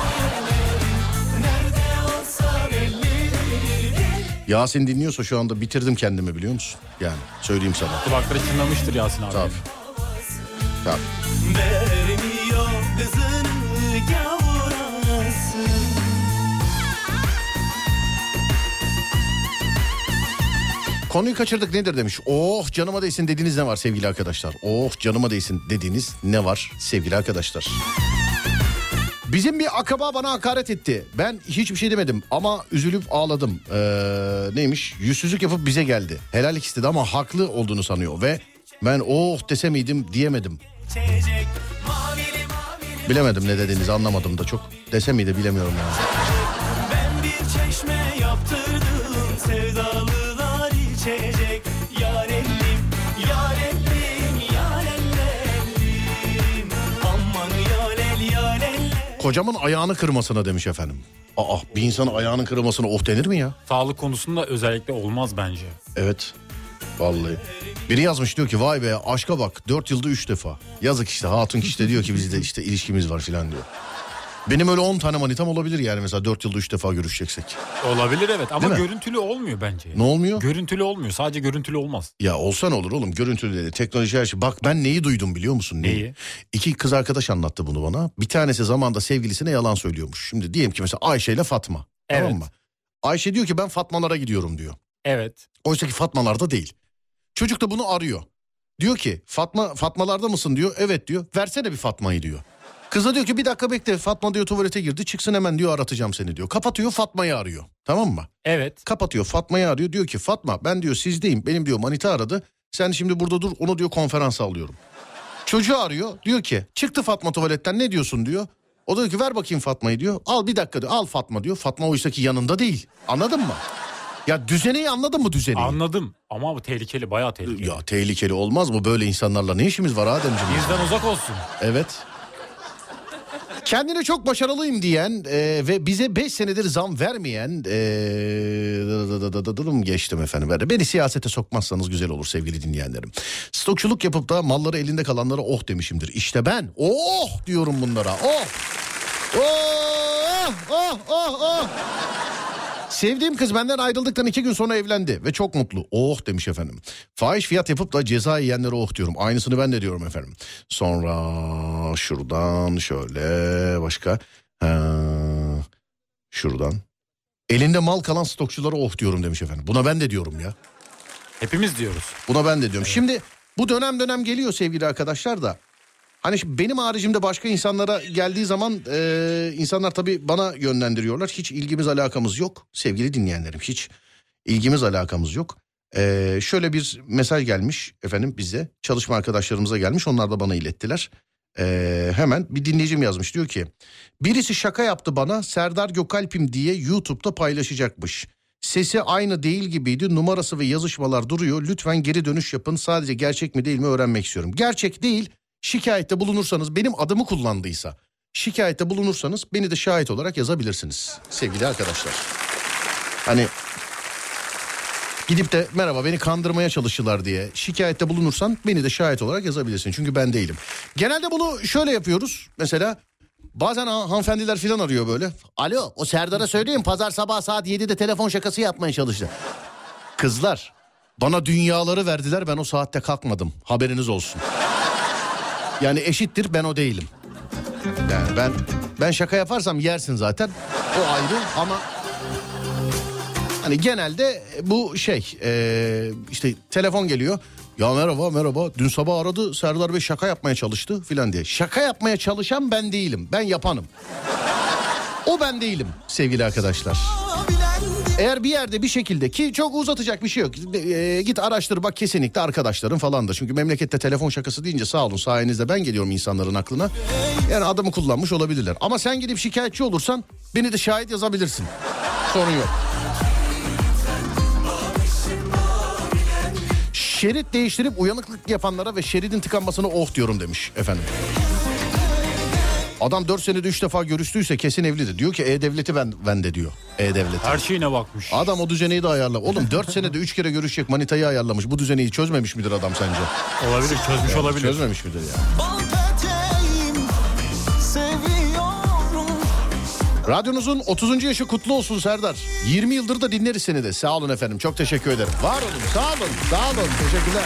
Yasin dinliyorsa şu anda bitirdim kendimi biliyor musun? Yani söyleyeyim sana. Kulakları çınlamıştır Yasin abi. Tabii. Tabii. Vermiyor kızını gavurası. Konuyu kaçırdık nedir demiş. Oh canıma değsin dediğiniz ne var sevgili arkadaşlar? Oh canıma değsin dediğiniz ne var sevgili arkadaşlar? Bizim bir akraba bana hakaret etti. Ben hiçbir şey demedim ama üzülüp ağladım. Ee, neymiş? Yüzsüzlük yapıp bize geldi. Helallik istedi ama haklı olduğunu sanıyor ve ben oh dese miydim diyemedim. Çiçek, mavili mavili. Bilemedim ne dediğinizi, anlamadım da çok. Dese miydi bilemiyorum yani. Ben bir çeşme yaptırdım, sevdalılar içecek. Yarellim, yarellim, yarellim. Aman yarel, yarel. Kocamın ayağını kırmasına demiş efendim. Aa bir insanın ayağının kırılmasına oh denir mi ya? Sağlık konusunda özellikle olmaz bence. Evet. Vallahi. Biri yazmış diyor ki vay be aşka bak dört yılda üç defa. Yazık işte hatun işte diyor ki bizde işte ilişkimiz var filan diyor. Benim öyle on tane manitam olabilir yani mesela dört yılda üç defa görüşeceksek. Olabilir evet ama Değil mi? görüntülü olmuyor bence. Ne olmuyor? Görüntülü olmuyor, sadece görüntülü olmaz. Ya olsa ne olur oğlum, görüntülü dedi, teknoloji her şey. Bak ben neyi duydum biliyor musun? Neyi? İki kız arkadaş anlattı bunu bana. Bir tanesi zamanda sevgilisine yalan söylüyormuş. Şimdi diyelim ki mesela Ayşe ile Fatma. Evet. Tamam mı? Ayşe diyor ki ben Fatmalara gidiyorum diyor. Evet. Oysa ki Fatmalarda değil. Çocuk da bunu arıyor. Diyor ki Fatma Fatmalarda mısın diyor. Evet diyor. Versene bir Fatma'yı diyor. Kız da diyor ki bir dakika bekle. Fatma diyor tuvalete girdi. Çıksın hemen diyor aratacağım seni diyor. Kapatıyor Fatma'yı arıyor. Tamam mı? Evet. Kapatıyor Fatma'yı arıyor. Diyor ki Fatma ben diyor sizdeyim. Benim diyor manita aradı. Sen şimdi burada dur, onu diyor konferansa alıyorum. Çocuğu arıyor. Diyor ki çıktı Fatma tuvaletten, ne diyorsun diyor. O da diyor ki ver bakayım Fatma'yı diyor. Al bir dakika diyor. Al Fatma diyor. Fatma oysa ki yanında değil. Anladın mı? Ya düzeneyi anladın mı düzeneyi? Anladım ama bu tehlikeli, bayağı tehlikeli. Ya tehlikeli olmaz mı? Böyle insanlarla ne işimiz var Ademciğim? Bizden uzak olsun. Evet. Kendine çok başarılıyım diyen e, ve bize beş senedir zam vermeyen e, geçtim efendim. Beni siyasete sokmazsanız güzel olur sevgili dinleyenlerim. Stokçuluk yapıp da malları elinde kalanlara oh demişimdir. İşte ben oh diyorum bunlara. Oh. Oh oh oh oh. Sevdiğim kız benden ayrıldıktan iki gün sonra evlendi ve çok mutlu. Oh demiş efendim. Fahiş fiyat yapıp da ceza yiyenlere oh diyorum. Aynısını ben de diyorum efendim. Sonra şuradan şöyle başka. Ha, şuradan. Elinde mal kalan stokçulara oh diyorum demiş efendim. Buna ben de diyorum ya. Hepimiz diyoruz. Buna ben de diyorum. Evet. Şimdi bu dönem dönem geliyor sevgili arkadaşlar da. Hani benim haricimde başka insanlara geldiği zaman e, insanlar tabii bana yönlendiriyorlar. Hiç ilgimiz alakamız yok sevgili dinleyenlerim. Hiç ilgimiz alakamız yok. E, şöyle bir mesaj gelmiş efendim bize. Çalışma arkadaşlarımıza gelmiş. Onlar da bana ilettiler. E, hemen bir dinleyicim yazmış. Diyor ki birisi şaka yaptı bana, Serdar Gökalp'im diye YouTube'da paylaşacakmış. Sesi aynı değil gibiydi. Numarası ve yazışmalar duruyor. Lütfen geri dönüş yapın. Sadece gerçek mi değil mi öğrenmek istiyorum. Gerçek değil. Şikayette bulunursanız, benim adımı kullandıysa şikayette bulunursanız beni de şahit olarak yazabilirsiniz sevgili arkadaşlar. Hani gidip de merhaba beni kandırmaya çalıştılar diye şikayette bulunursan beni de şahit olarak yazabilirsin. Çünkü ben değilim. Genelde bunu şöyle yapıyoruz. Mesela bazen ha- hanımefendiler falan arıyor böyle. Alo, o Serdar'a söyleyeyim, pazar sabah saat yedide telefon şakası yapmaya çalıştı. Kızlar, bana dünyaları verdiler, ben o saatte kalkmadım. Haberiniz olsun. Yani eşittir, ben o değilim. Yani ben ben şaka yaparsam yersin zaten. O ayrı ama hani genelde bu şey e, işte telefon geliyor. Ya merhaba merhaba dün sabah aradı Serdar Bey şaka yapmaya çalıştı filan diye. Şaka yapmaya çalışan ben değilim, ben yapanım. O ben değilim sevgili arkadaşlar. Eğer bir yerde bir şekilde, ki çok uzatacak bir şey yok. E, git araştır bak, kesinlikle arkadaşların falandır. Çünkü memlekette telefon şakası deyince sağ olun sayenizde ben geliyorum insanların aklına. Yani adımı kullanmış olabilirler. Ama sen gidip şikayetçi olursan beni de şahit yazabilirsin. Sorun yok. Şerit değiştirip uyanıklık yapanlara ve şeridin tıkanmasına oh diyorum demiş efendim. Adam dört senede üç defa görüştüyse kesin evlidir. Diyor ki E-Devleti ben, bende diyor. E-Devleti. Her şeyine bakmış. Adam o düzeneyi de ayarla. Oğlum dört senede üç kere görüşecek manitayı ayarlamış. Bu düzeneyi çözmemiş midir adam sence? Olabilir, çözmüş Yani olabilir. Çözmemiş midir ya? Radyonuzun otuzuncu yaşı kutlu olsun Serdar. yirmi yıldır da dinleriz seni de. Sağ olun efendim, çok teşekkür ederim. Var olun, sağ olun, sağ olun. Teşekkürler.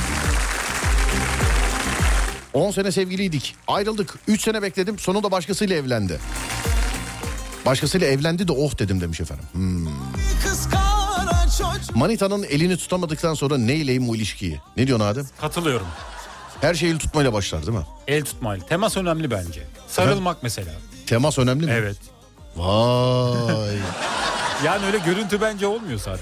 on sene sevgiliydik. Ayrıldık. üç sene bekledim. Sonunda başkasıyla evlendi. Başkasıyla evlendi de oh dedim demiş efendim. Hmm. Manitanın elini tutamadıktan sonra neyleyim bu ilişkiyi? Ne diyorsun Adem? Katılıyorum. Her şey el tutmayla başlar değil mi? El tutmayla. Temas önemli bence. Sarılmak mesela. Temas önemli mi? Evet. Vay. Yani öyle görüntü bence olmuyor sadece.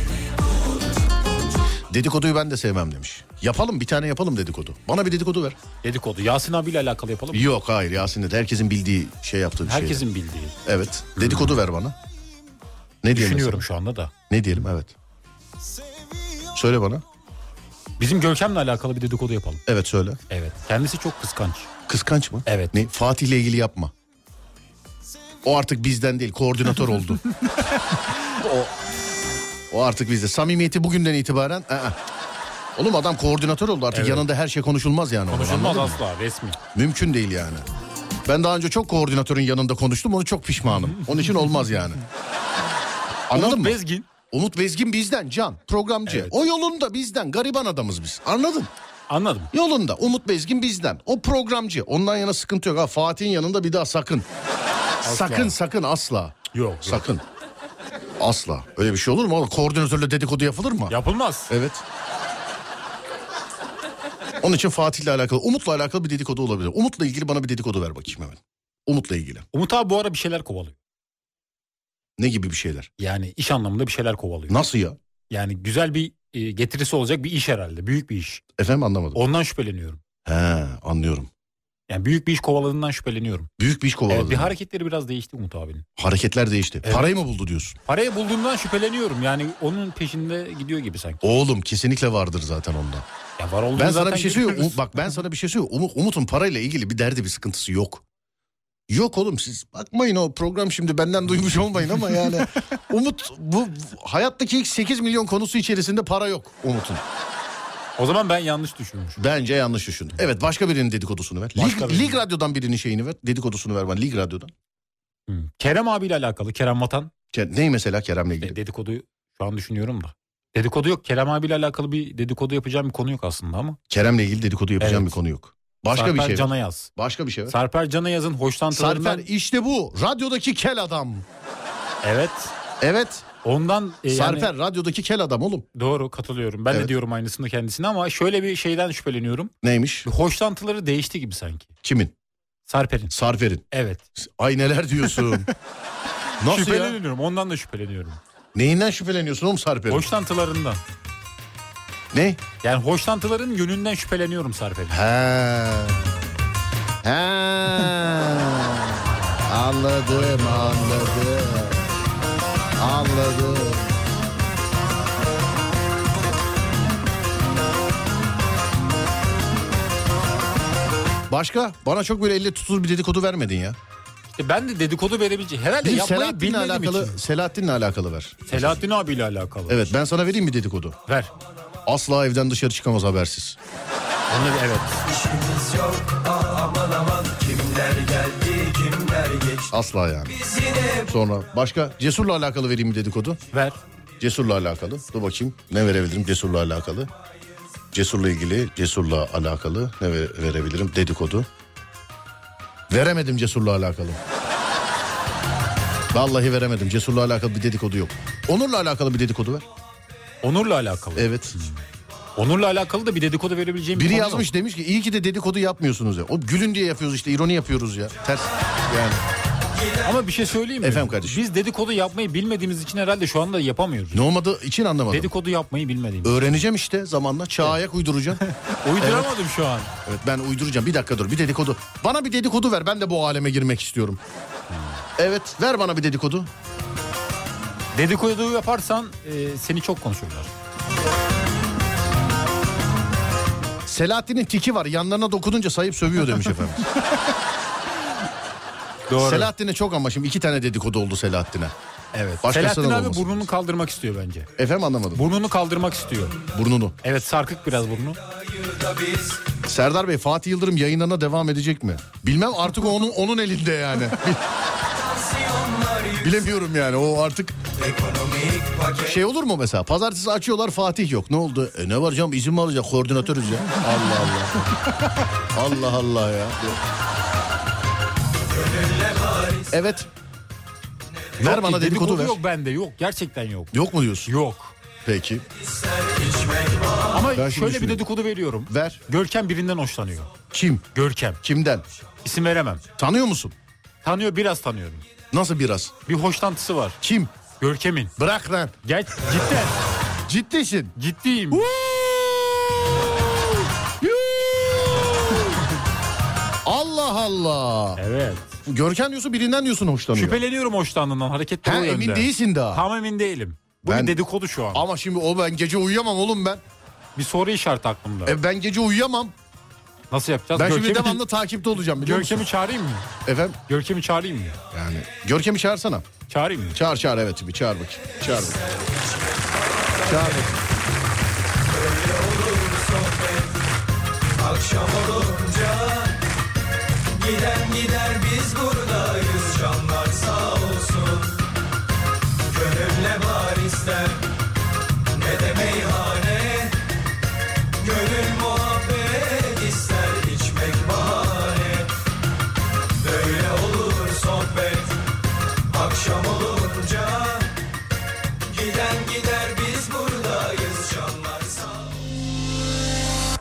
Dedikoduyu ben de sevmem demiş. Yapalım, bir tane yapalım dedikodu. Bana bir dedikodu ver. Dedikodu. Yasin abiyle alakalı yapalım mı? Yok hayır, Yasin'le de herkesin bildiği şey yaptığı bir şey. Herkesin bildiği. Evet. Dedikodu ver bana. Ne diyelim Düşünüyorum mesela? şu anda da. Ne diyelim, evet. Söyle bana. Bizim Görkem'le alakalı bir dedikodu yapalım. Evet söyle. Evet. Kendisi çok kıskanç. Kıskanç mı? Evet. Ne? Fatih'le ilgili yapma. O artık bizden değil, koordinatör oldu. o, o artık bizde. Samimiyeti bugünden itibaren... Aa. Oğlum adam koordinatör oldu artık, evet. Yanında her şey konuşulmaz yani. Konuşulmaz asla, resmi. Mümkün değil yani. Ben daha önce çok koordinatörün yanında konuştum, onu çok pişmanım. Onun için olmaz yani. Anladın Umut mı? Bezgin. Umut Bezgin bizden Can, programcı. Evet. O yolunda bizden, gariban adamız biz. Anladın? Anladım. Yolunda Umut Bezgin bizden. O programcı. Ondan yana sıkıntı yok. Ha, Fatih'in yanında bir daha sakın. Asla. Sakın sakın asla. Yok. Sakın. Yok. Asla. Öyle bir şey olur mu? Oğlum, koordinatörle dedikodu yapılır mı? Yapılmaz. Evet. Onun için Fatih'le alakalı, Umut'la alakalı bir dedikodu olabilir. Umut'la ilgili bana bir dedikodu ver bakayım hemen. Umut'la ilgili. Umut abi bu ara bir şeyler kovalıyor. Ne gibi bir şeyler? Yani iş anlamında bir şeyler kovalıyor. Nasıl ya? Yani güzel bir e, getirisi olacak bir iş herhalde. Büyük bir iş. Efendim, anlamadım. Ondan şüpheleniyorum. He, anlıyorum. Yani büyük bir iş kovaladığından şüpheleniyorum. Büyük bir iş kovaladı. Evet, bir hareketleri biraz değişti Umut abinin. Hareketler değişti. Evet. Parayı mı buldu diyorsun? Parayı bulduğundan şüpheleniyorum. Yani onun peşinde gidiyor gibi sanki. Oğlum kesinlikle vardır zaten onda. Ya var olduğunu ben zaten sana bir şey söyleyeyim. Bak ben sana bir şey söyleyeyim. Umut, Umut'un parayla ilgili bir derdi, bir sıkıntısı yok. Yok oğlum siz bakmayın o program şimdi benden duymuş olmayın ama yani Umut bu hayattaki ilk sekiz milyon konusu içerisinde para yok Umut'un. O zaman ben yanlış düşünmüşüm. Bence yanlış düşün. Evet başka birinin dedikodusunu ver. Başka Lig, birinin. Lig Radyo'dan birinin şeyini ver. Dedikodusunu ver bana Lig Radyo'dan. Hı. Kerem abiyle alakalı. Kerem Vatan. Ke- Ney mesela Kerem'le ilgili? Dedikoduyu şu an düşünüyorum da. Dedikodu yok. Kerem abiyle alakalı bir dedikodu yapacağım bir konu yok aslında ama. Kerem'le ilgili dedikodu yapacağım Evet. bir konu yok. Başka Sarper bir şey ver. Canayaz. Başka bir şey ver. Sarper Canayaz'ın hoşlantılarından... Sarper işte bu. Radyodaki kel adam. Evet. Evet. Ondan e, Sarper yani radyodaki kel adam oğlum. doğru katılıyorum. Ben Evet. de diyorum aynısını kendisine ama şöyle bir şeyden şüpheleniyorum. Neymiş? Bir hoşlantıları değişti gibi sanki. Kimin? Sarper'in. Sarper'in. Evet. Ay neler diyorsun. Nasıl ya? Şüpheleniyorum. Ondan da şüpheleniyorum. Neyinden şüpheleniyorsun oğlum Sarper'in? Hoşlantılarından. Ne? Yani hoşlantıların yönünden şüpheleniyorum Sarper'in. He. He. Anladım, anladım. Anladım. Başka? Bana çok böyle elle tutulur bir dedikodu vermedin ya. İşte ben de dedikodu verebileceğim. Herhalde Bir yapmayı Selahattin'le bilmediğim alakalı, için. Selahattin'le alakalı ver. Selahattin abiyle alakalı. Evet ben sana vereyim bir dedikodu. Ver. Asla evden dışarı çıkamaz habersiz. Onu evet. İşimiz yok aman aman kimler geldi kimler geçti. Asla yani. Biz yine Sonra başka Cesur'la alakalı vereyim bir dedikodu. Ver. Cesur'la alakalı. Dur bakayım ne verebilirim Cesur'la alakalı. Cesur'la ilgili, Cesur'la alakalı ne ve- verebilirim dedikodu. Veremedim Cesur'la alakalı. Vallahi veremedim. Cesur'la alakalı bir dedikodu yok. Onur'la alakalı bir dedikodu ver. Onur'la alakalı. Evet. Onur'la alakalı da bir dedikodu verebileceğim bir Biri konu yazmış yok. demiş ki iyi ki de dedikodu yapmıyorsunuz ya. O gülün diye yapıyoruz işte ironi yapıyoruz ya. Ters yani. Ama bir şey söyleyeyim mi? Efendim kardeşim. Biz dedikodu yapmayı bilmediğimiz için herhalde şu anda yapamıyoruz. Ne olmadığı için anlamadım. Dedikodu yapmayı bilmediğimiz. Öğreneceğim işte zamanla. Çağa ayak uyduracağım. Uyduramadım şu an. Evet ben uyduracağım. Bir dakika dur bir dedikodu. Bana bir dedikodu ver. Ben de bu aleme girmek istiyorum. Evet ver bana bir dedikodu. Dedikodu yaparsan e, seni çok konuşurlar. Selahattin'in tiki var. Yanlarına dokununca sayıp sövüyor demiş efendim. Doğru. Selahattin'e çok ama şimdi iki tane dedikodu oldu Selahattin'e. Evet. Başkasına Selahattin da abi olmasın. burnunu kaldırmak istiyor bence. Efendim anlamadım. Burnunu kaldırmak istiyor. Burnunu. Evet sarkık biraz burnu. Serdar Bey Fatih Yıldırım yayınlarına devam edecek mi? Bilmem artık onun onun elinde yani. Bilemiyorum yani o artık şey olur mu mesela pazartesi açıyorlar Fatih yok ne oldu e ne var canım izin mi alacak koordinatörüz ya Allah Allah Allah Allah ya evet ver Yok bana ki, dedikodu ver yok bende yok gerçekten yok. yok mu diyorsun Yok. peki Ama Ben şimdi şöyle bir düşünüyorum. dedikodu veriyorum. ver Görkem birinden hoşlanıyor. kim Görkem. kimden İsim veremem. tanıyor musun Tanıyor biraz tanıyorum. nasıl biraz Bir hoşlantısı var. kim Görkem'in. bırak lan Gel cidden. ciddisin Ciddiyim. Allah Allah. Evet. Görkem diyorsun birinden diyorsun hoşlanıyor. Şüpheleniyorum hoşlandığından. Hareketleri Ha, o yönde. emin değilsin daha. Tam emin değilim. Bu Ben- bir dedikodu şu an. Ama şimdi o ben gece uyuyamam oğlum ben. Bir soru işareti aklımda. E, ben gece uyuyamam. Nasıl yapacağız? Ben şimdi Görkem'i, devamlı takipte olacağım biliyor Görkem'i musun? çağırayım mı? Efendim Görkem'i çağırayım mı? yani Görkem'i çağırsana. Çağırayım mı? Çağır çağır evet bir çağır bakayım. Çağır bakayım. Çağır bakayım. akşam olunca giden gider biz buradayız canlar sağ olsun. Gönül ne var ister ne de meyhane. Gönül muhabbet ister içmek bahane. Böyle olur sohbet akşam olunca giden gider biz buradayız canlar sağ olsun.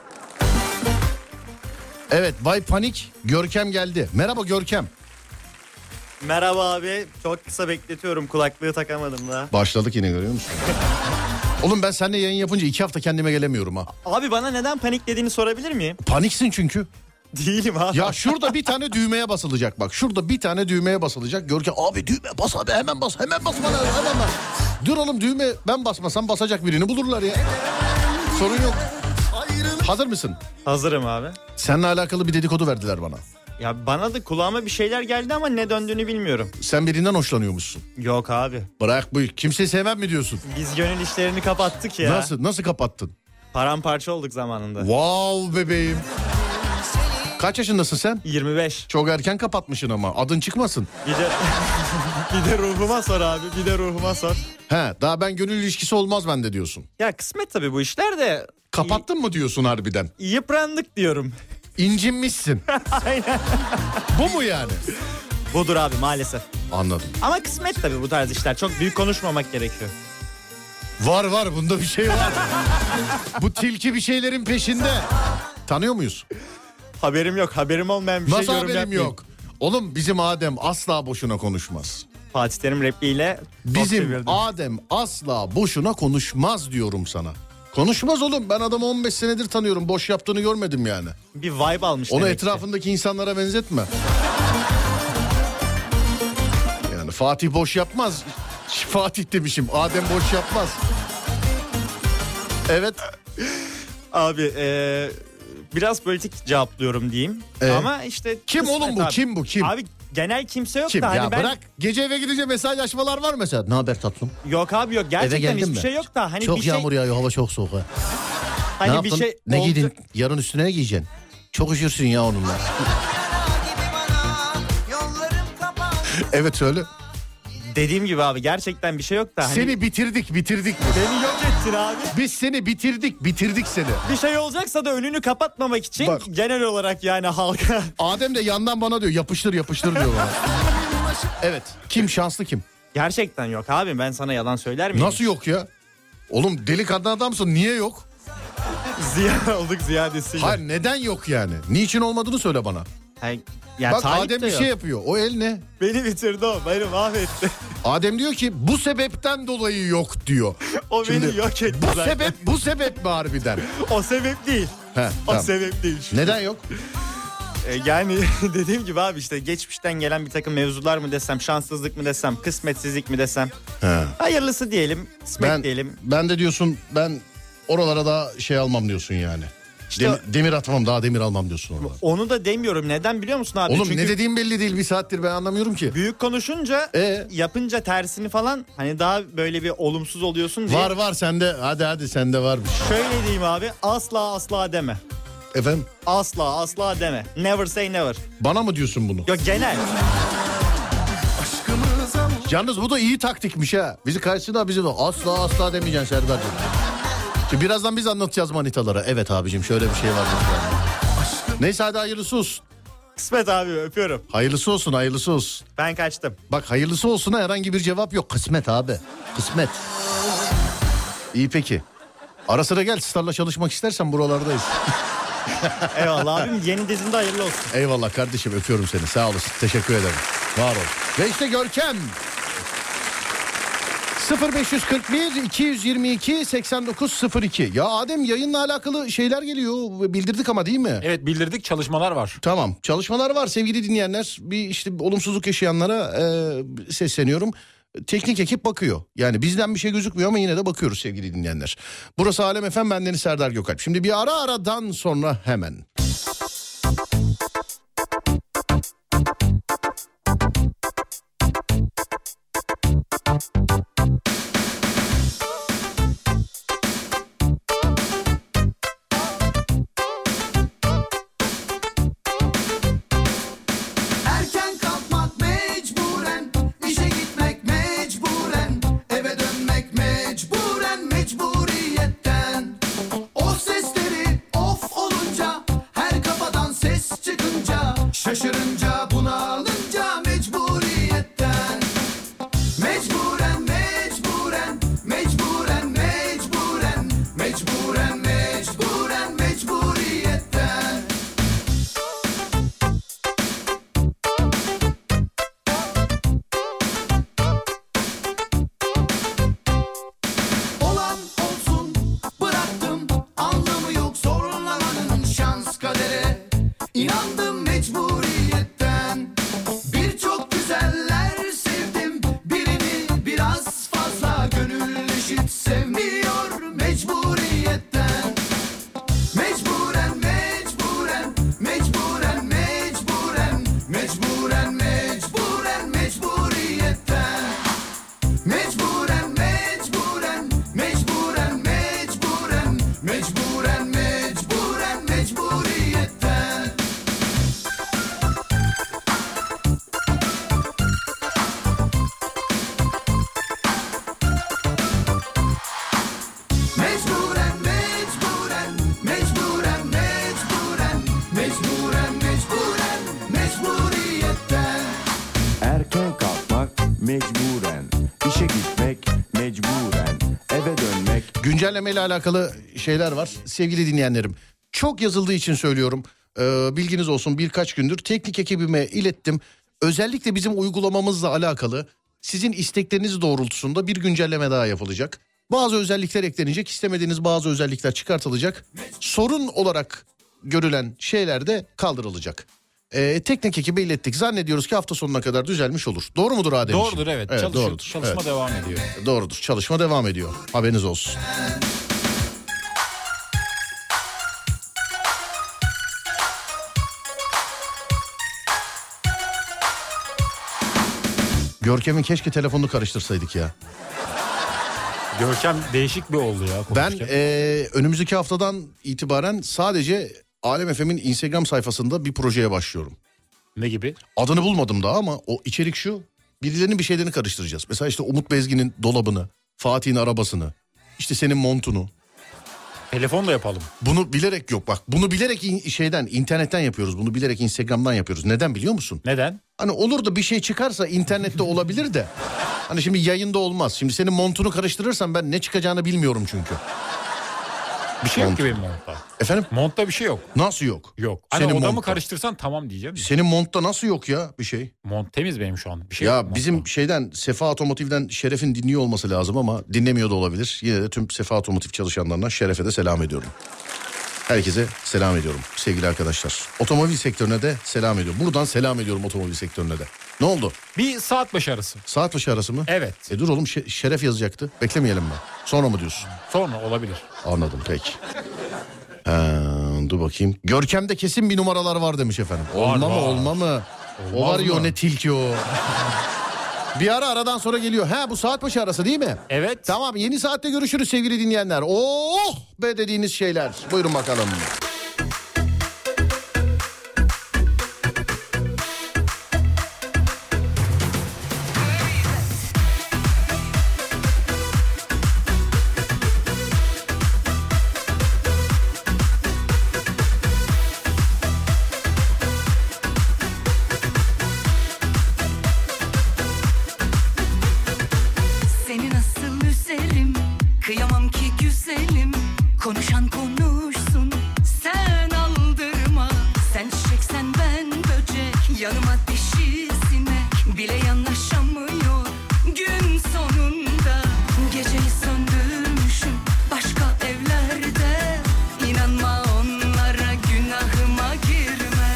Evet Bay Panik Görkem geldi. Merhaba Görkem. Merhaba abi. Çok kısa bekletiyorum. Kulaklığı takamadım da. Başladık yine görüyor musun? Oğlum ben seninle yayın yapınca iki hafta kendime gelemiyorum ha. Abi bana neden paniklediğini sorabilir miyim? Paniksin çünkü. Değilim abi. Ya şurada bir tane düğmeye basılacak bak. Şurada bir tane düğmeye basılacak. Görkem abi düğme bas abi hemen bas. Hemen bas bana hemen bas. Dur oğlum düğme ben basmasam basacak birini bulurlar ya. Sorun yok. Hazır mısın? Hazırım abi. Seninle alakalı bir dedikodu verdiler bana. Ya bana da kulağıma bir şeyler geldi ama ne döndüğünü bilmiyorum. Sen birinden hoşlanıyormuşsun. Yok abi. Bırak bu. Kimseyi sevmem mi diyorsun? Biz gönül işlerini kapattık ya. Nasıl? Nasıl kapattın? Paramparça olduk zamanında. Wow bebeğim. Kaç yaşındasın sen? yirmi beş. Çok erken kapatmışsın ama. Adın çıkmasın. Bir de, bir de ruhuma sor abi. Bir de ruhuma sor. He, daha ben gönül ilişkisi olmaz bende diyorsun. Ya kısmet tabii bu işler de. Kapattın mı diyorsun harbiden? Yıprandık diyorum. İncinmişsin. Aynen. Bu mu yani? Budur abi maalesef. Anladım. Ama kısmet tabii bu tarz işler. Çok büyük konuşmamak gerekiyor. Var var, bunda bir şey var. Bu tilki bir şeylerin peşinde. Tanıyor muyuz? Haberim yok. Haberim olmayan bir Nasıl şey yorum haberim yapmayayım. yok? Oğlum bizim Adem asla boşuna konuşmaz. Fatih Terim repliğiyle Bizim Adem asla boşuna konuşmaz diyorum sana. Konuşmaz oğlum. Ben adamı on beş senedir tanıyorum. Boş yaptığını görmedim yani. bir vibe almış. Onu demek ki. etrafındaki insanlara benzetme. Yani Fatih boş yapmaz. Fatih demişim. Adem boş yapmaz. Evet. Abi ee, biraz politik cevaplıyorum diyeyim. Ee? Ama işte... Kim kısmet oğlum bu? abi. Kim bu? Kim? Abi genel kimse yok Kim? da. Hani Ya ben... bırak. Gece eve gidince mesajlaşmalar var mesela. Ne haber tatlım? Yok abi yok. Eve Gerçekten geldin hiçbir mi? şey yok da. Hani çok bir şey... yağmur yağıyor. Hava çok soğuk. Ha. Hani ne yaptın? bir şey ne oldu... giydin? Yarın üstüne ne giyeceksin? Çok üşürsün ya onunla. Evet söyle. Dediğim gibi abi gerçekten bir şey yok da. Hani... Seni bitirdik bitirdik. Beni yok ettin abi. Biz seni bitirdik bitirdik seni. Bir şey olacaksa da önünü kapatmamak için Bak. genel olarak yani halka. Adem de yandan bana diyor yapıştır yapıştır diyor bana. Evet. Kim şanslı kim? Gerçekten yok abi, ben sana yalan söyler miyim? Nasıl yok ya? Oğlum delikanlı adamsın, niye yok? Ziya olduk ziyadesiyle. Hayır, neden yok yani? Niçin olmadığını söyle bana. Hayır, ya Bak Talip Adem de bir yok. şey yapıyor. O el ne? Beni bitirdi o. Beni mahvetti. Adem diyor ki bu sebepten dolayı yok diyor. O Şimdi, beni yok etti Bu zaten. sebep bu sebep mi harbiden? O sebep değil. He, O tamam. sebep değil. Şu. Neden yok? E, yani dediğim gibi abi işte geçmişten gelen bir takım mevzular mı desem, şanssızlık mı desem, kısmetsizlik mi desem. He. Hayırlısı diyelim, kısmet Ben, diyelim. ben de diyorsun ben oralara da şey almam diyorsun yani. İşte- Demir, demir atmam, daha demir almam diyorsun oralara. Onu da demiyorum. Neden biliyor musun abi? Oğlum Çünkü ne dediğim belli değil, bir saattir ben anlamıyorum ki. büyük konuşunca, Ee? yapınca tersini falan hani daha böyle bir olumsuz oluyorsun diye. Var var sende, hadi hadi sende varmış. Şöyle diyeyim abi, asla asla deme. Efendim Asla asla deme. Never say never. bana mı diyorsun bunu? Yok genel. Yalnız bu da iyi taktikmiş ha. Bizi karşısına bizi de asla asla demeyeceksin Serdar'cığım. Şimdi birazdan biz anlatacağız manitalara. Evet abicim şöyle bir şey var. Neyse hadi hayırlısı olsun. Kısmet abi, öpüyorum. Hayırlısı olsun hayırlısı olsun. Ben kaçtım. Bak hayırlısı olsuna herhangi bir cevap yok. Kısmet abi. Kısmet. İyi peki. Ara sıra gel, Star'la çalışmak istersen buralardayız. Eyvallah abim, yeni dizinde hayırlı olsun. Eyvallah kardeşim, öpüyorum seni, sağ olasın, teşekkür ederim. Var ol. Ve işte Görkem. sıfır beş kırk bir iki yüz yirmi iki seksen dokuz sıfır iki. Ya Adem, yayınla alakalı şeyler geliyor, bildirdik ama değil mi? Evet, bildirdik, çalışmalar var. Tamam, çalışmalar var sevgili dinleyenler. Bir işte olumsuzluk yaşayanlara e, sesleniyorum. Teknik ekip bakıyor. Yani bizden bir şey gözükmüyor ama yine de bakıyoruz sevgili dinleyenler. Burası Alem Efem, bendeniz Serdar Gökalp. Şimdi bir ara aradan sonra hemen. Erken kalkmak mecburen, işe gitmek mecburen, eve dönmek mecburen, mecburiyetten. O sesleri of olunca, her kafadan ses çıkınca, şaşırınca, bunalınca mecburiyetten. Mecburen, mecburen, mecburen, mecburen, mecburen, mecburen, mecburiyetten. Olan olsun, bıraktım, anlamı yok zorlamanın, şans kadere inandım mecburiyetten. Güncelleme ile alakalı şeyler var. Sevgili dinleyenlerim, çok yazıldığı için söylüyorum. Ee, bilginiz olsun, birkaç gündür teknik ekibime ilettim. Özellikle bizim uygulamamızla alakalı sizin istekleriniz doğrultusunda bir güncelleme daha yapılacak. Bazı özellikler eklenecek, istemediğiniz bazı özellikler çıkartılacak. Sorun olarak görülen şeyler de kaldırılacak. Ee, teknik ekibe ilettik. Zannediyoruz ki hafta sonuna kadar düzelmiş olur. Doğru mudur Ademciğim? Doğrudur, evet. Evet, Çalışıyor, doğrudur. Çalışma Evet. devam ediyor. Doğrudur. Çalışma devam ediyor. Haberiniz olsun. Görkem'in keşke telefonunu karıştırsaydık ya. Görkem değişik bir oldu ya. Ben konuşurken. e, önümüzdeki haftadan itibaren sadece Alem F M'in Instagram sayfasında bir projeye başlıyorum. Ne gibi? Adını bulmadım daha ama o içerik şu: birilerinin bir şeylerini karıştıracağız. Mesela işte Umut Bezgin'in dolabını, Fatih'in arabasını, işte senin montunu. Telefonla yapalım. Bunu bilerek yok bak. Bunu bilerek in- şeyden internetten yapıyoruz. Bunu bilerek Instagram'dan yapıyoruz. Neden biliyor musun? Neden? Hani olur da bir şey çıkarsa internette olabilir de. Hani şimdi yayında olmaz. Şimdi senin montunu karıştırırsam ben ne çıkacağını bilmiyorum çünkü. Bir şey Mont. yok ki benim montta. Efendim? Montta bir şey yok. Nasıl yok? Yok. Hani Senin odamı montta. karıştırsan tamam diyeceğim. Senin montta nasıl yok ya bir şey? Mont temiz benim şu an. Bir şey yok Ya montta. bizim şeyden Sefa Otomotiv'den Şeref'in dinliyor olması lazım ama dinlemiyor da olabilir. Yine de tüm Sefa Otomotiv çalışanlarına Şeref'e de selam ediyorum. Herkese selam ediyorum sevgili arkadaşlar. Otomobil sektörüne de selam ediyorum. Buradan selam ediyorum otomobil sektörüne de. Ne oldu? Bir saat başı arası. Saat başı arası mı? Evet. E dur oğlum Şe- Şeref yazacaktı. Beklemeyelim mi? Sonra mı diyorsun? Sonra olabilir. Anladım peki. Ha, dur bakayım. Görkem'de kesin bir numaralar var demiş efendim. Var, olma mı var. olma mı? o Olmaz var ya o mı? ne tilki o. Bir ara aradan sonra geliyor. Ha bu saat başı arası değil mi? Evet. Tamam, yeni saatte görüşürüz sevgili dinleyenler. Oh be dediğiniz şeyler. Buyurun bakalım. Seni nasıl üzerim, kıyamam ki güzelim. Konuşan konuşsun, sen aldırma. Sen çiçeksen ben böcek, yanıma dişi sinek. Bile yanaşamıyor gün sonunda. Geceyi söndürmüşüm başka evlerde. İnanma onlara, günahıma girme.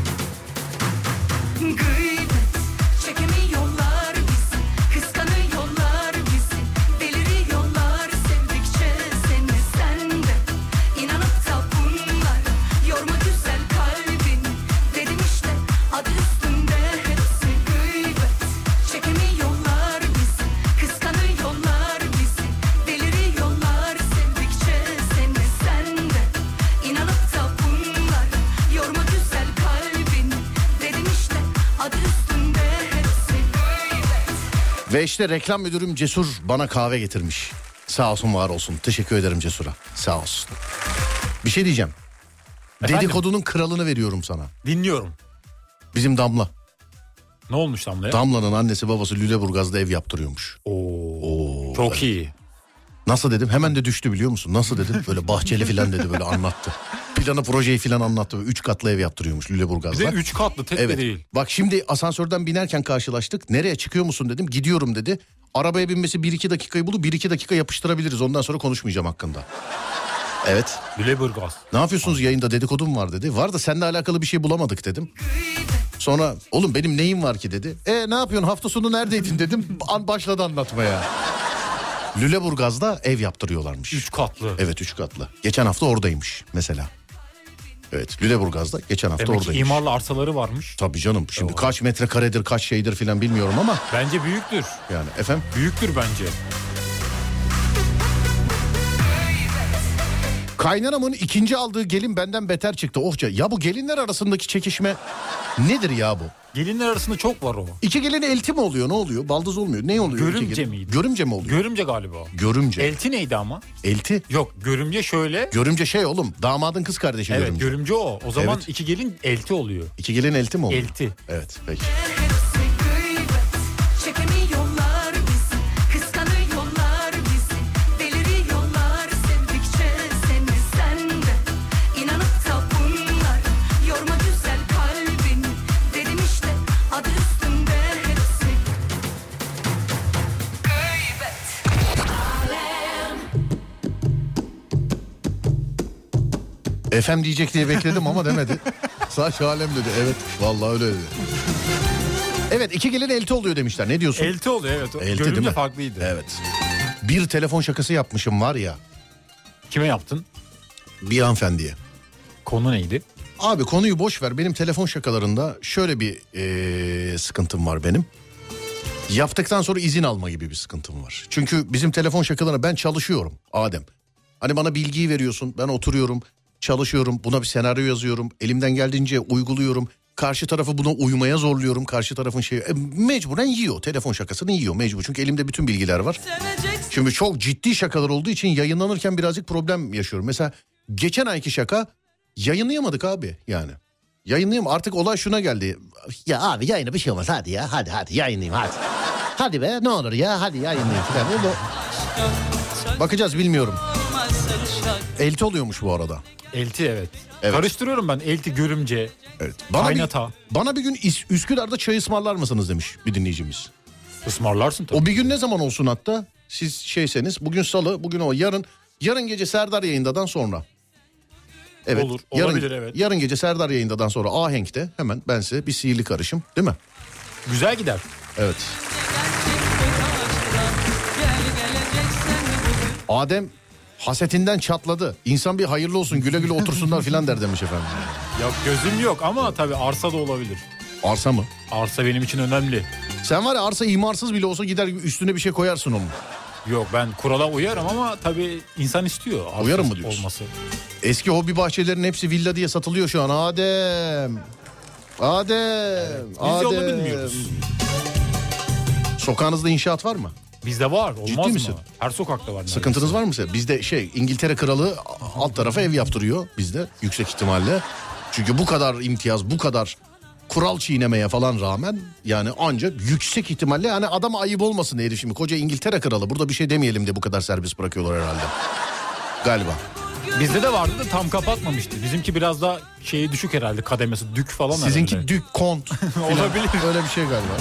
Gıybet çekemiyorlar bizi, kıskanıyorlar bizi, deliriyorlar sevdikçe seni. Sen de inanıp da bunlar yorma güzel kalbini. Dedim işte adı üstünde hepsi. Gıybet çekemiyorlar bizi, kıskanıyorlar bizi, deliriyorlar sevdikçe seni. Sen de inanıp da bunlar yorma güzel kalbini. Dedim işte adı üstünde hepsi. Gıybet. Ve işte reklam müdürüm Cesur bana kahve getirmiş. Sağ olsun var olsun. Teşekkür ederim Cesur'a. Sağ olsun. Bir şey diyeceğim. Efendim? Dedikodunun kralını veriyorum sana. Dinliyorum. Bizim Damla. Ne olmuş Damla'ya? Damla'nın annesi babası Lüleburgaz'da ev yaptırıyormuş. Oo, çok iyi. Nasıl dedim? Hemen de düştü biliyor musun? Nasıl dedim? Böyle bahçeli falan dedi, böyle anlattı. Planı projeyi falan anlattı. Böyle üç katlı ev yaptırıyormuş Bir Lüleburgaz'da. de üç katlı tek de Evet. değil. Bak şimdi asansörden binerken karşılaştık. Nereye çıkıyor musun dedim. Gidiyorum dedi. Arabaya binmesi bir iki dakikayı buldu. bir iki dakika yapıştırabiliriz. Ondan sonra konuşmayacağım hakkında. Evet. Lüleburgaz. Ne yapıyorsunuz yayında, dedikodum var dedi. Var da seninle alakalı bir şey bulamadık dedim. Sonra oğlum benim neyim var ki dedi. E ne yapıyorsun, hafta sonu neredeydin dedim. An başladı anlatmaya. Lüleburgaz'da ev yaptırıyorlarmış. Üç katlı. Evet üç katlı. Geçen hafta oradaymış mesela. Evet Lüleburgaz'da geçen hafta Demek ki oradaymış. imarlı arsaları varmış. Tabii canım, şimdi kaç metrekaredir kaç şeydir filan bilmiyorum ama Bence büyüktür. yani efendim. Büyüktür bence. Kaynanamın ikinci aldığı gelin benden beter çıktı. Ohça ya, bu gelinler arasındaki çekişme nedir ya bu? Gelinler arasında çok var o. İki gelin elti mi oluyor, ne oluyor? Baldız olmuyor, ne oluyor? iki Görümce gelin? miydi? Görümce mi oluyor? Görümce galiba. Görümce. Elti neydi ama? Elti. Yok, görümce şöyle. Görümce şey oğlum, damadın kız kardeşi Evet, görümce. görümce o. O zaman Evet. iki gelin elti oluyor. İki gelin elti mi oluyor? Elti. Evet peki. Hepsi gıybet çekemiyorlar bizi, kıskanıyorlar bizi, deliriyorlar F M diyecek diye bekledim ama demedi. Sadece alem dedi. Evet vallahi öyle dedi. Evet iki gelin elti oluyor demişler. Ne diyorsun? Elti oluyor evet. Elti Görünce değil mi? farklıydı. Evet. Bir telefon şakası yapmışım var ya. Kime yaptın? Bir hanımefendiye. Konu neydi? Abi konuyu boş ver. Benim telefon şakalarında şöyle bir ee, sıkıntım var benim. Yaptıktan sonra izin alma gibi bir sıkıntım var. Çünkü bizim telefon şakalarına ben çalışıyorum Adem. Hani bana bilgiyi veriyorsun, ben oturuyorum, çalışıyorum, buna bir senaryo yazıyorum, elimden geldiğince uyguluyorum. Karşı tarafı buna uymaya zorluyorum, karşı tarafın şeyi e, mecburen yiyor, telefon şakasını yiyor mecbur. Çünkü elimde bütün bilgiler var. Şimdi çok ciddi şakalar olduğu için yayınlanırken birazcık problem yaşıyorum. Mesela geçen ayki şaka yayınlayamadık abi yani. Yayınlayayım artık olay şuna geldi. Ya abi yayına bir şey olmaz hadi ya hadi hadi yayınlayayım hadi. Hadi be ne olur ya hadi yayınlayayım falan. Bakacağız bilmiyorum. Elti oluyormuş bu arada. Elti evet. Evet. Karıştırıyorum ben elti görümce. Evet. Bana kaynata. Bir, bana bir gün İs- Üsküdar'da çay ısmarlar mısınız demiş bir dinleyicimiz. Ismarlarsın tabii. O bir gün ne zaman olsun hatta? Siz şeyseniz bugün salı bugün o yarın yarın gece Serdar Yayında'dan sonra. Evet. Olur, yarın, olabilir, evet. Yarın gece Serdar Yayında'dan sonra Ahenk'te hemen ben size bir sihirli karışım değil mi? Güzel gider. Evet. Adem hasetinden çatladı. İnsan bir hayırlı olsun güle güle otursunlar filan der demiş efendim. Yok gözüm yok ama tabii arsa da olabilir. Arsa mı? Arsa benim için önemli. Sen var ya arsa imarsız bile olsa gider üstüne bir şey koyarsın onun. Yok ben kurala uyarım ama tabii insan istiyor. Arsız Uyarım mı diyorsun? Olması. Eski hobi bahçelerinin hepsi villa diye satılıyor şu an. Adem. Adem. Biz Adem. yolu bilmiyoruz. Sokağınızda inşaat var mı? Bizde var olmaz Ciddi mı? misin? Her sokakta var. Sıkıntınız var mı size? Bizde şey İngiltere kralı alt tarafa ev yaptırıyor bizde yüksek ihtimalle. Çünkü bu kadar imtiyaz bu kadar kural çiğnemeye falan rağmen yani ancak yüksek ihtimalle yani adama ayıp olmasın diye şimdi koca İngiltere kralı burada bir şey demeyelim de bu kadar serbest bırakıyorlar herhalde. Galiba. Bizde de vardı da tam kapatmamıştı. Bizimki biraz daha şeyi düşük herhalde kademesi dük falan Sizinki herhalde. dük kont filan. Olabilir. Öyle bir şey galiba.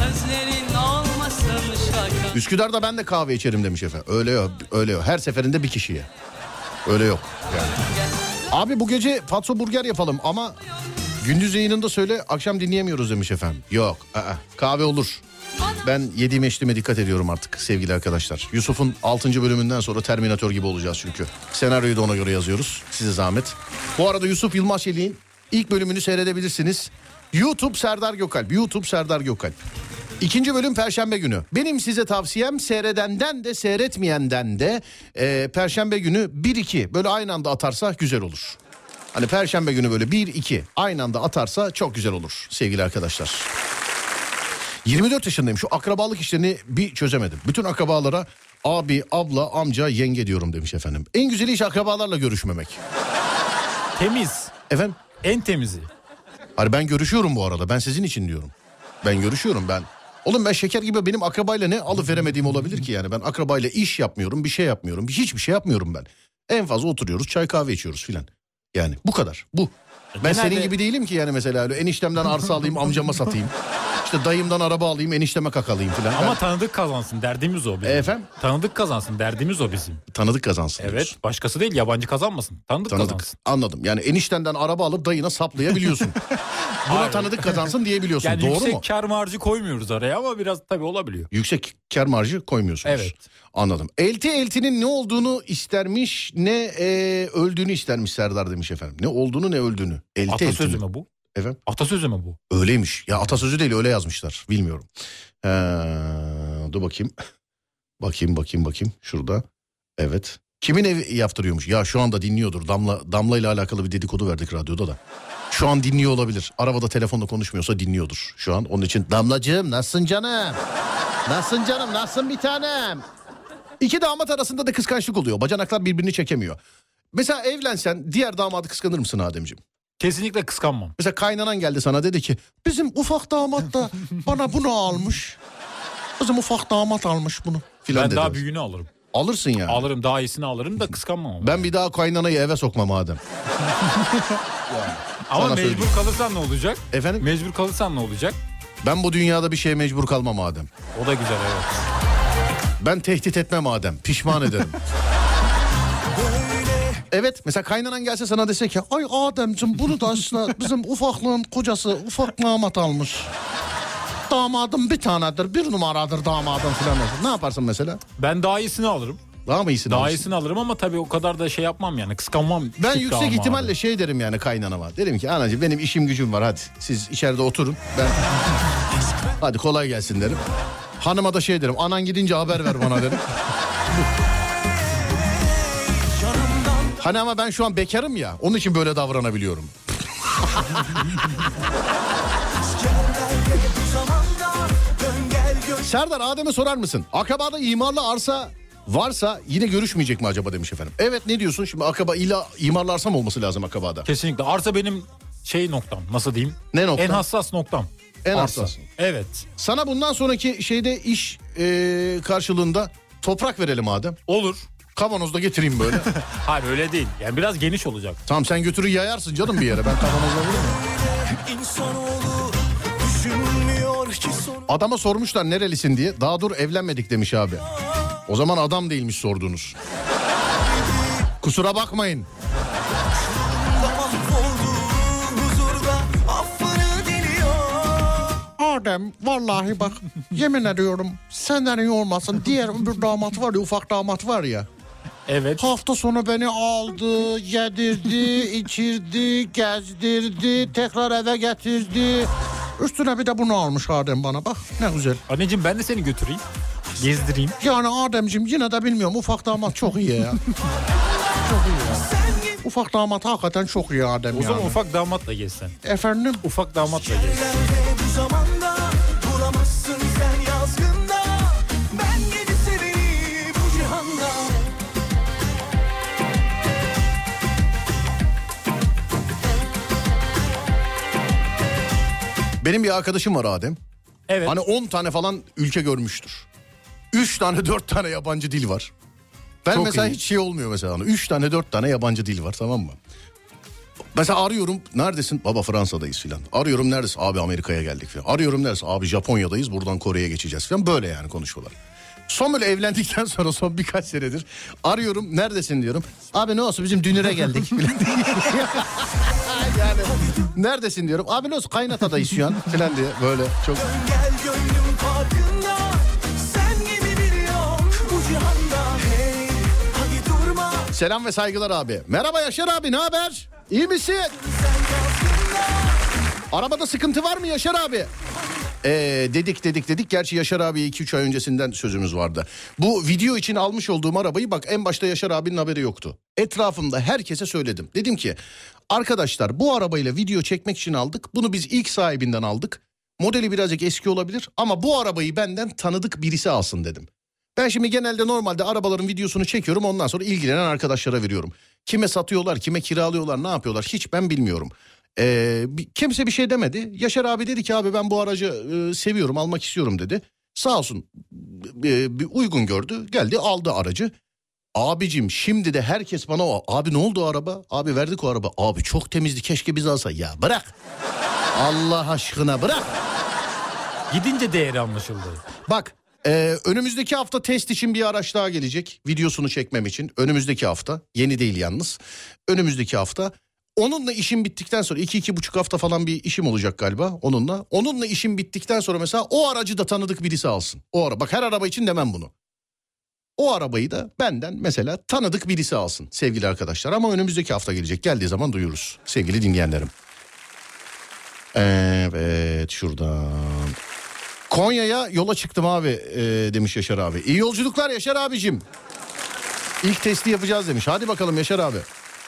Üsküdar'da ben de kahve içerim demiş efendim. Öyle yok, öyle yok. Her seferinde bir kişiye. Öyle yok. Yani. Abi bu gece patso burger yapalım ama gündüz yayınında söyle akşam dinleyemiyoruz demiş efendim. Yok, aa, kahve olur. Ben yediğime içtiğime dikkat ediyorum artık sevgili arkadaşlar. Yusuf'un altıncı bölümünden sonra Terminator gibi olacağız çünkü. Senaryoyu da ona göre yazıyoruz. Size zahmet. Bu arada Yusuf Yılmaz Çelik'in ilk bölümünü seyredebilirsiniz. YouTube Serdar Gökalp. YouTube Serdar Gökalp. İkinci bölüm Perşembe günü. Benim size tavsiyem seyredenden de seyretmeyenden de e, Perşembe günü bir iki böyle aynı anda atarsa güzel olur. Hani Perşembe günü böyle bir iki aynı anda atarsa çok güzel olur sevgili arkadaşlar. yirmi dört yaşındayım, şu akrabalık işlerini bir çözemedim. Bütün akrabalara abi, abla, amca, yenge diyorum demiş efendim. En güzeli iş akrabalarla görüşmemek. Temiz. Efendim? En temizi. Hani ben görüşüyorum bu arada, ben sizin için diyorum. Ben görüşüyorum ben. Oğlum ben şeker gibi benim akrabayla ne alıp veremediğim olabilir ki yani. Ben akrabayla iş yapmıyorum, bir şey yapmıyorum, hiçbir şey yapmıyorum ben. En fazla oturuyoruz, çay kahve içiyoruz filan. Yani bu kadar, bu. Ben Genelde... senin gibi değilim ki yani mesela öyle eniştemden arsa alayım amcama satayım. İşte dayımdan araba alayım enişteme kakalayayım filan. Ama ben... tanıdık kazansın derdimiz o bizim. E efendim? Tanıdık kazansın derdimiz o bizim. Tanıdık kazansın. Evet diyorsun. başkası değil yabancı kazanmasın. Tanıdık, Tanıdık kazansın. Anladım yani eniştenden araba alıp dayına saplayabiliyorsun. Buna Hayır. tanıdık kazansın diyebiliyorsun, Yani doğru yüksek mu? kar marjı koymuyoruz araya ama biraz tabii olabiliyor. Yüksek kar marjı koymuyorsunuz. Evet. Anladım. Elti eltinin ne olduğunu istermiş ne e, öldüğünü istermiş Serdar demiş efendim. Ne olduğunu ne öldüğünü. Elti Atasözü eltini. mü bu? Efendim? Atasözü mü bu? Öyleymiş. Ya atasözü değil öyle yazmışlar. Bilmiyorum. Ee, dur bakayım. Bakayım bakayım bakayım. Şurada. Evet. Kimin evi yaptırıyormuş? Ya şu anda dinliyordur. Damla Damla ile alakalı bir dedikodu verdik radyoda da. Şu an dinliyor olabilir. Arabada telefonda konuşmuyorsa dinliyordur şu an. Onun için Damlacığım nasılsın canım? Nasılsın canım? Nasılsın bir tanem? İki damat arasında da kıskançlık oluyor. Bacanaklar birbirini çekemiyor. Mesela evlensen diğer damadı kıskanır mısın Ademciğim? Kesinlikle kıskanmam. Mesela kaynanan geldi sana dedi ki bizim ufak damat da bana bunu almış. Bizim ufak damat almış bunu filan Ben dedi. daha büyüğünü alırım. Alırsın yani. Alırım daha iyisini alırım da kıskanmam ama. Ben bir daha kaynanayı eve sokmam Adem. yani, ama sana mecbur söyleyeyim. kalırsan ne olacak? Efendim? Mecbur kalırsan ne olacak? Ben bu dünyada bir şeye mecbur kalmam Adem. O da güzel evet. Ben tehdit etmem Adem. Pişman ederim. Böyle Evet mesela kaynanan gelse sana dese ki ay Ademciğim bunu da aslında bizim ufaklığın kocası ufak damat almış. Damadım bir tanedir, bir numaradır damadım falan. Ne yaparsın mesela? Ben daha iyisini alırım. Daha mı iyisini Daha alırsın? iyisini alırım ama tabii o kadar da şey yapmam yani, kıskanmam. Ben küçük yüksek damadı. ihtimalle şey derim yani kaynanama. Derim ki anacığım benim işim gücüm var, hadi siz içeride oturun. Ben hadi kolay gelsin derim. Hanıma da şey derim, anan gidince haber ver bana derim. Hani ama ben şu an bekarım ya, onun için böyle davranabiliyorum. Serdar, Adem'e sorar mısın? Akaba'da imarlı arsa varsa yine görüşmeyecek mi acaba demiş efendim. Evet, ne diyorsun şimdi, Akaba ile imarlı arsa mı olması lazım Akaba'da? Kesinlikle. Arsa benim şey noktam, nasıl diyeyim? Ne nokta? En hassas noktam. En Arsa. hassas. Evet. Sana bundan sonraki şeyde iş e, karşılığında toprak verelim Adem. Olur. Kavanozda getireyim böyle. Hayır öyle değil. Yani biraz geniş olacak. Tamam, sen götürü yayarsın canım bir yere, ben kavanozla veririm. İnsanoğlu düşünmüyor ki sonu. Adama sormuşlar nerelisin diye. Daha dur evlenmedik demiş abi. O zaman adam değilmiş sorduğunuz. Kusura bakmayın. Mahvoldu huzurda affını diliyor. Adem vallahi bak yemin ediyorum senden iyi olmasın. Diğer bir damat var ya, ufak damat var ya. Evet. Hafta sonu beni aldı, yedirdi, içirdi, gezdirdi, tekrar eve getirdi. Üstüne bir de bunu almış Adem bana, bak ne güzel. Anneciğim ben de seni götüreyim. Gezdireyim. Yani Ademciğim yine de bilmiyorum, ufak damat çok iyi ya. Çok iyi ya. Ufak damat hakikaten çok iyi Adem O yani. zaman ufak damatla gezsen. Efendim? Ufak damatla gez. Yerlerde bu zamanda bulamazsın sen yazgında. Ben gibi seveni bu cihanda. Benim bir arkadaşım var Adem. Evet. Hani on tane falan ülke görmüştür. üç tane dört tane yabancı dil var. Ben Çok mesela iyi. hiç şey olmuyor mesela. Hani üç tane dört tane yabancı dil var, tamam mı? Mesela arıyorum, neredesin? Baba Fransa'dayız filan. Arıyorum, neredesin? Abi Amerika'ya geldik filan. Arıyorum, neredesin? Abi Japonya'dayız, buradan Kore'ye geçeceğiz filan. Böyle yani konuşuyorlar. Son böyle evlendikten sonra son birkaç senedir arıyorum, neredesin diyorum. Abi ne olsun bizim dünüre geldik filan. Yani neredesin diyorum. Abi ne olsun kaynatadayız şu an filan diye böyle çok. Gel gönlüm farkında. Sen gibi biliyorum bu cihanda. Hey hadi durma. Selam ve saygılar abi. Merhaba Yaşar abi, ne haber? İyi misin? Arabada sıkıntı var mı Yaşar abi? Ee, dedik dedik dedik. Gerçi Yaşar abi iki üç ay öncesinden sözümüz vardı. Bu video için almış olduğum arabayı bak en başta Yaşar abinin haberi yoktu. Etrafımda herkese söyledim. Dedim ki arkadaşlar bu arabayla video çekmek için aldık. Bunu biz ilk sahibinden aldık. Modeli birazcık eski olabilir ama bu arabayı benden tanıdık birisi alsın dedim. Ben şimdi genelde normalde arabaların videosunu çekiyorum, ondan sonra ilgilenen arkadaşlara veriyorum. Kime satıyorlar, kime kiralıyorlar, ne yapıyorlar hiç ben bilmiyorum. Ee, kimse bir şey demedi. Yaşar abi dedi ki abi ben bu aracı e, seviyorum, almak istiyorum dedi. Sağ olsun e, bir uygun gördü, geldi aldı aracı. Abicim şimdi de herkes bana o abi ne oldu o araba? Abi verdik o araba. Abi çok temizdi, keşke biz alsa. Ya bırak. Allah aşkına bırak. Gidince değeri anlaşıldı. Bak e, önümüzdeki hafta test için bir araç daha gelecek. Videosunu çekmem için. Önümüzdeki hafta. Yeni değil yalnız. Önümüzdeki hafta. Onunla işim bittikten sonra iki iki buçuk hafta falan bir işim olacak galiba onunla. Onunla işim bittikten sonra mesela o aracı da tanıdık birisi alsın. O ara bak her araba için demem bunu. O arabayı da benden mesela tanıdık birisi alsın sevgili arkadaşlar. Ama önümüzdeki hafta gelecek. Geldiği zaman duyururuz sevgili dinleyenlerim. Evet şuradan. Konya'ya yola çıktım abi e, demiş Yaşar abi. İyi yolculuklar Yaşar abicim. İlk testi yapacağız demiş. Hadi bakalım Yaşar abi.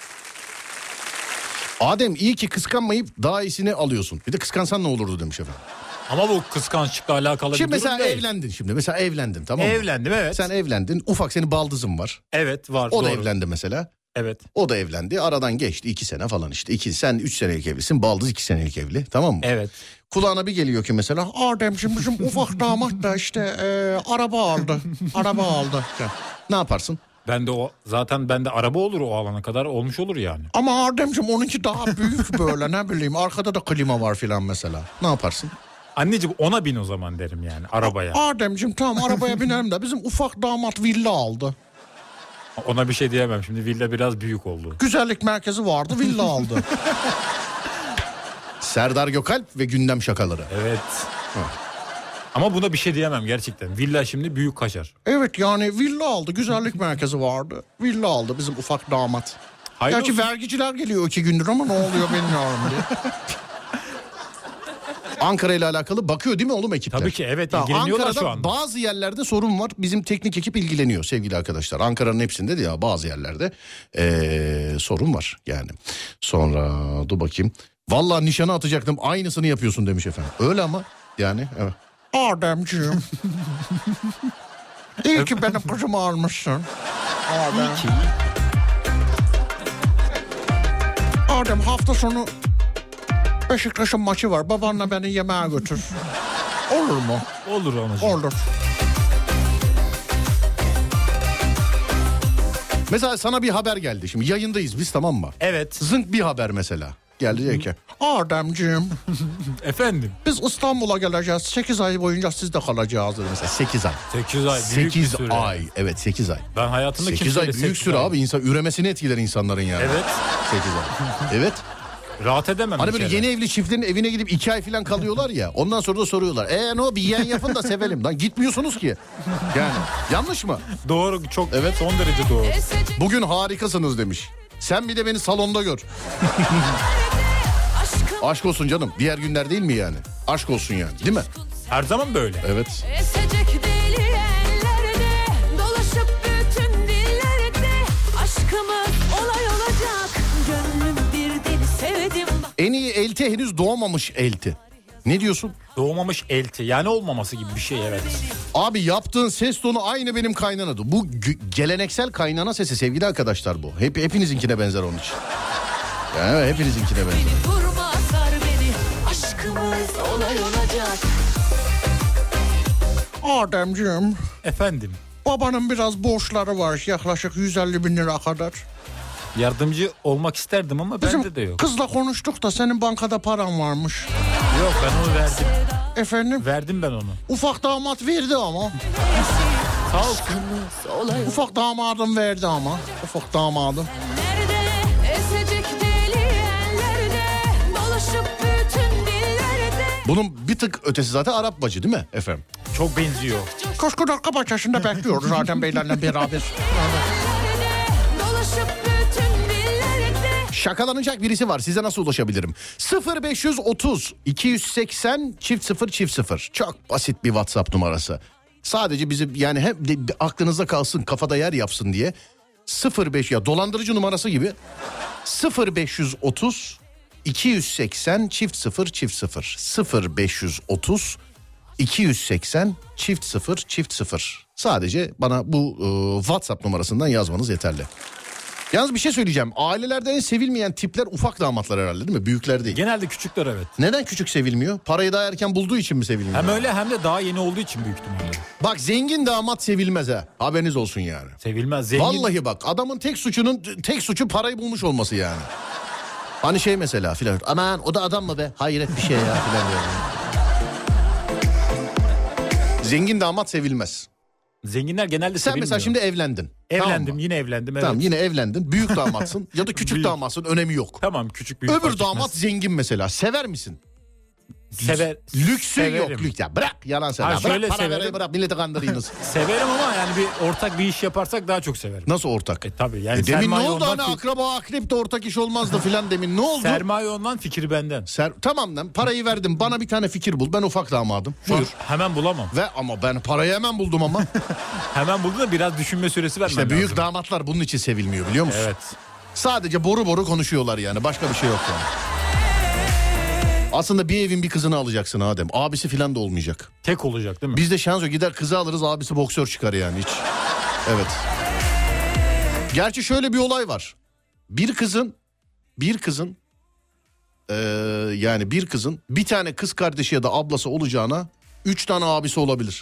Adem iyi ki kıskanmayıp daha iyisini alıyorsun. Bir de kıskansan ne olurdu demiş efendim. Ama bu kıskançlıkla alakalı Şimdi bir durum mesela değil. evlendin şimdi. Mesela evlendin tamam mı? Evlendim evet. Sen evlendin. Ufak senin baldızın var. Evet var. O da doğru. evlendi mesela. Evet. O da evlendi. Aradan geçti iki sene falan işte. İki, sen üç senelik evlisin. Baldız iki senelik evli. Tamam mı? Evet. Kulağına bir geliyor ki mesela. Ademciğim bizim ufak damat da işte e, araba aldı. Araba aldı. Ne yaparsın? Ben de o zaten bende araba olur o alana kadar olmuş olur yani. Ama Ademciğim onunki daha büyük böyle ne bileyim. Arkada da klima var filan mesela. Ne yaparsın? Anneciğim ona bin o zaman derim yani arabaya. Ademciğim tamam arabaya binelim de bizim ufak damat villa aldı. Ona bir şey diyemem. Şimdi villa biraz büyük oldu. Güzellik merkezi vardı, villa aldı. Serdar Gökalp ve gündem şakaları. Evet. Ama buna bir şey diyemem gerçekten. Villa şimdi büyük kaçar. Evet yani villa aldı, güzellik merkezi vardı. Villa aldı bizim ufak damat. Hayır Gerçi olsun. vergiciler geliyor iki gündür ama ne oluyor bilmiyorum diye. Ankara ile alakalı bakıyor değil mi oğlum ekipler? Tabii ki evet, Tamam, ilgileniyorlar Ankara'da şu anda. bazı yerlerde sorun var. Bizim teknik ekip ilgileniyor sevgili arkadaşlar. Ankara'nın hepsinde de ya bazı yerlerde ee, sorun var yani. Sonra dur bakayım. Vallahi nişana atacaktım, aynısını yapıyorsun demiş efendim. Öyle ama yani evet. Ademciğim. İyi ki benim kızımı almışsın. Adem. İyi ki. Adem hafta sonu Beşiktaş'ın maçı var. Babanla beni yemeğe götür. Olur mu? Olur anacığım. Olur. Mesela sana bir haber geldi. Şimdi yayındayız biz, tamam mı? Evet. Zınk bir haber mesela. Geldi diyor ki Ademciğim Efendim. biz İstanbul'a geleceğiz. sekiz ay boyunca sizde kalacağız dedi mesela. sekiz ay. sekiz ay büyük bir sekiz süre. ay. Evet sekiz ay. Ben hayatımda sekiz ay kimseyle büyük sekiz süre ay- abi. İnsan üremesini etkiler insanların yani. Evet. sekiz ay. Evet. Rahat edemem. Hani bir böyle kere. yeni evli çiftlerin evine gidip iki ay falan kalıyorlar ya. Ondan sonra da soruyorlar. E no bir yeğen yapın da sevelim. Lan gitmiyorsunuz ki. Yani yanlış mı? Doğru, çok Evet. son derece doğru. Bugün harikasınız demiş. Sen bir de beni salonda gör. Aşk olsun canım. Diğer günler değil mi yani? Aşk olsun yani, değil mi? Her zaman böyle. Evet. Esecek deli ellerde, dolaşıp bütün dillerde, aşkımız olay olacak, gönlüm bir deli sevdim. En iyi elti henüz doğmamış elti. Ne diyorsun? Doğmamış elti. Yani olmaması gibi bir şey, evet. Abi yaptığın ses tonu aynı benim kaynanadı. Bu gü- geleneksel kaynana sesi sevgili arkadaşlar bu. Hep hepinizinkine benzer onun için. Yani hepinizinkine benzer. Beni vurma sar beni, aşkımız olay olacak. Ademciğim, Efendim. babanın biraz borçları var. Yaklaşık yüz elli bin lira kadar. Yardımcı olmak isterdim ama Bizim bende de yok. kızla konuştuk da senin bankada paran varmış. Yok, ben onu verdim. Efendim? Verdim ben onu. Ufak damat verdi ama. Sağ ol. Olay Ufak damadım verdi ama. Ufak damadım. nerede, esecek deli ellerde, dolaşıp bütün dillerde. Bunun bir tık ötesi zaten Arap bacı değil mi efendim? Çok benziyor. Koşkudar Kapaçaşı'nda bekliyoruz zaten beylerle beraber. Dolaşıp bütün dillerde. Şakalanacak birisi var, size nasıl ulaşabilirim? sıfır beş otuz iki yüz seksen çift sıfır çift sıfır. Çok basit bir WhatsApp numarası. Sadece bizi yani hep de- de aklınızda kalsın, kafada yer yapsın diye. sıfır beş ya dolandırıcı numarası gibi. sıfır beş otuz iki yüz seksen çift sıfır çift sıfır. sıfır beş otuz iki yüz seksen çift sıfır çift sıfır. Sadece bana bu e, WhatsApp numarasından yazmanız yeterli. Yalnız bir şey söyleyeceğim. Ailelerde en sevilmeyen tipler ufak damatlar herhalde değil mi? Büyükler değil. Genelde küçükler, evet. Neden küçük sevilmiyor? Parayı daha erken bulduğu için mi sevilmiyor? Hem öyle hem de daha yeni olduğu için büyük ihtimalle. Bak zengin damat sevilmez ha. Haberiniz olsun yani. Sevilmez. Zengin. Vallahi bak adamın tek suçunun tek suçu parayı bulmuş olması yani. Hani şey mesela filan. Aman o da adam mı be? Hayret bir şey ya filan diyor. Zengin damat sevilmez. Zenginler genelde Sen sevilmiyor. mesela şimdi evlendin. Evlendim, Tamam mı? yine evlendim. Evet. Tamam yine evlendin. Büyük damatsın ya da küçük Büyük. damatsın, önemi yok. Tamam, küçük büyük fark Öbür etmez. damat zengin mesela. Sever misin? Sever. Lüksü severim. yok lüks ya. Bırak yalan söyle. Ha, Bırak şöyle para severim. vereyim, bırak milleti kandırıyorsunuz. Severim ama yani bir ortak bir iş yaparsak daha çok severim. Nasıl ortak? E tabii yani E demin ne sermaye oldu ondan, hani fi- akraba akrep de ortak iş olmazdı filan demin ne oldu? sermaye ondan, fikir benden. Ser tamam lan parayı verdim, bana bir tane fikir bul, ben ufak damadım. Buyur. Hemen bulamam. Ve ama ben parayı hemen buldum ama. Hemen buldu da biraz düşünme süresi vermem İşte büyük lazım. damatlar bunun için sevilmiyor biliyor musun? Evet. Sadece boru boru konuşuyorlar yani, başka bir şey yok yani. Aslında bir evin bir kızını alacaksın Adem. Abisi filan da olmayacak. Tek olacak değil mi? Biz de şans yok, gider kızı alırız, abisi boksör çıkar yani hiç. Evet. Gerçi şöyle bir olay var. Bir kızın bir kızın eee, yani bir kızın bir tane kız kardeşi ya da ablası olacağına üç tane abisi olabilir.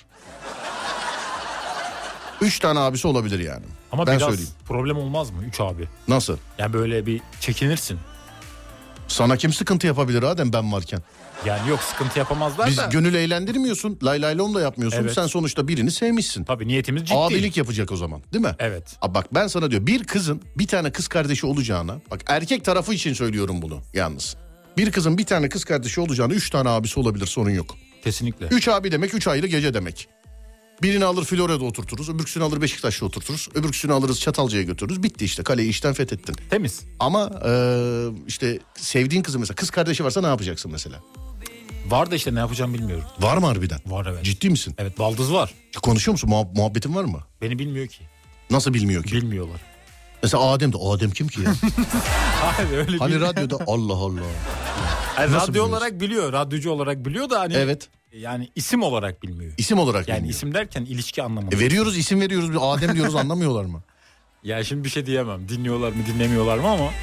Üç tane abisi olabilir yani. Ama ben biraz söyleyeyim. problem olmaz mı? Üç abi. Nasıl? Yani böyle bir çekinirsin. Sana kim sıkıntı yapabilir Adem ben varken? Yani yok, sıkıntı yapamazlar Biz da. gönül eğlendirmiyorsun. Lay lay lom da yapmıyorsun. Evet. Sen sonuçta birini sevmişsin. Tabii niyetimiz ciddi. Abilik yapacak o zaman değil mi? Evet. Abi bak ben sana diyor bir kızın bir tane kız kardeşi olacağına, bak erkek tarafı için söylüyorum bunu yalnız. Bir kızın bir tane kız kardeşi olacağına üç tane abisi olabilir, sorun yok. Kesinlikle. Üç abi demek üç ayrı gece demek. Birini alır Florya'da oturturuz, öbürküsünü alır Beşiktaş'ta oturturuz, öbürküsünü alırız Çatalca'ya götürürüz. Bitti işte, kaleyi işten fethettin. Temiz. Ama e, işte sevdiğin kızı mesela, kız kardeşi varsa ne yapacaksın mesela? Var da işte ne yapacağım bilmiyorum. Var mı harbiden? Var evet. Ciddi misin? Evet, baldız var. Konuşuyor musun? Muhab- muhabbetin var mı? Beni bilmiyor ki. Nasıl bilmiyor ki? Bilmiyorlar. Mesela Adem de, Adem kim ki ya? Hayır öyle Hani değil. radyoda Allah Allah. Yani Nasıl radyo bilmiyorsun? olarak biliyor. Radyocu olarak biliyor da hani. Evet. Yani isim olarak bilmiyor. İsim olarak Yani bilmiyor. isim derken ilişki anlamında. E veriyoruz, isim veriyoruz, bir Adem diyoruz, anlamıyorlar mı? Ya şimdi bir şey diyemem. Dinliyorlar mı dinlemiyorlar mı ama.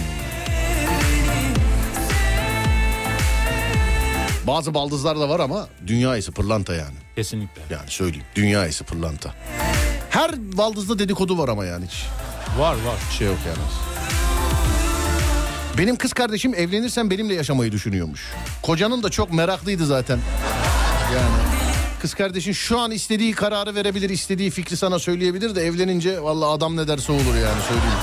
Bazı baldızlar da var ama dünya iyisi pırlanta yani. Kesinlikle. Yani söyleyeyim, dünya iyisi pırlanta. Her baldızda dedikodu var ama yani hiç. Var var. Bir şey yok yani. Benim kız kardeşim evlenirsen benimle yaşamayı düşünüyormuş. Kocanın da çok meraklıydı zaten. Yani kız kardeşin şu an istediği kararı verebilir, istediği fikri sana söyleyebilir de evlenince vallahi adam ne derse olur yani, söyleyeyim.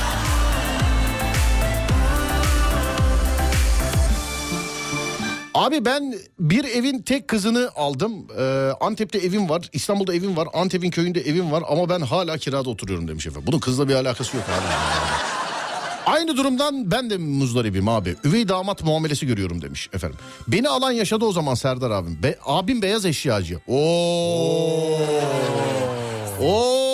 Abi ben bir evin tek kızını aldım. Ee, Antep'te evim var, İstanbul'da evim var, Antep'in köyünde evim var ama ben hala kirada oturuyorum demiş efendim. Bunun kızla bir alakası yok abi. Aynı durumdan ben de muzdaribim abi. Üvey damat muamelesi görüyorum demiş efendim. Beni alan yaşadı o zaman Serdar abim. Be- abim beyaz eşyacı. Oo. Oo.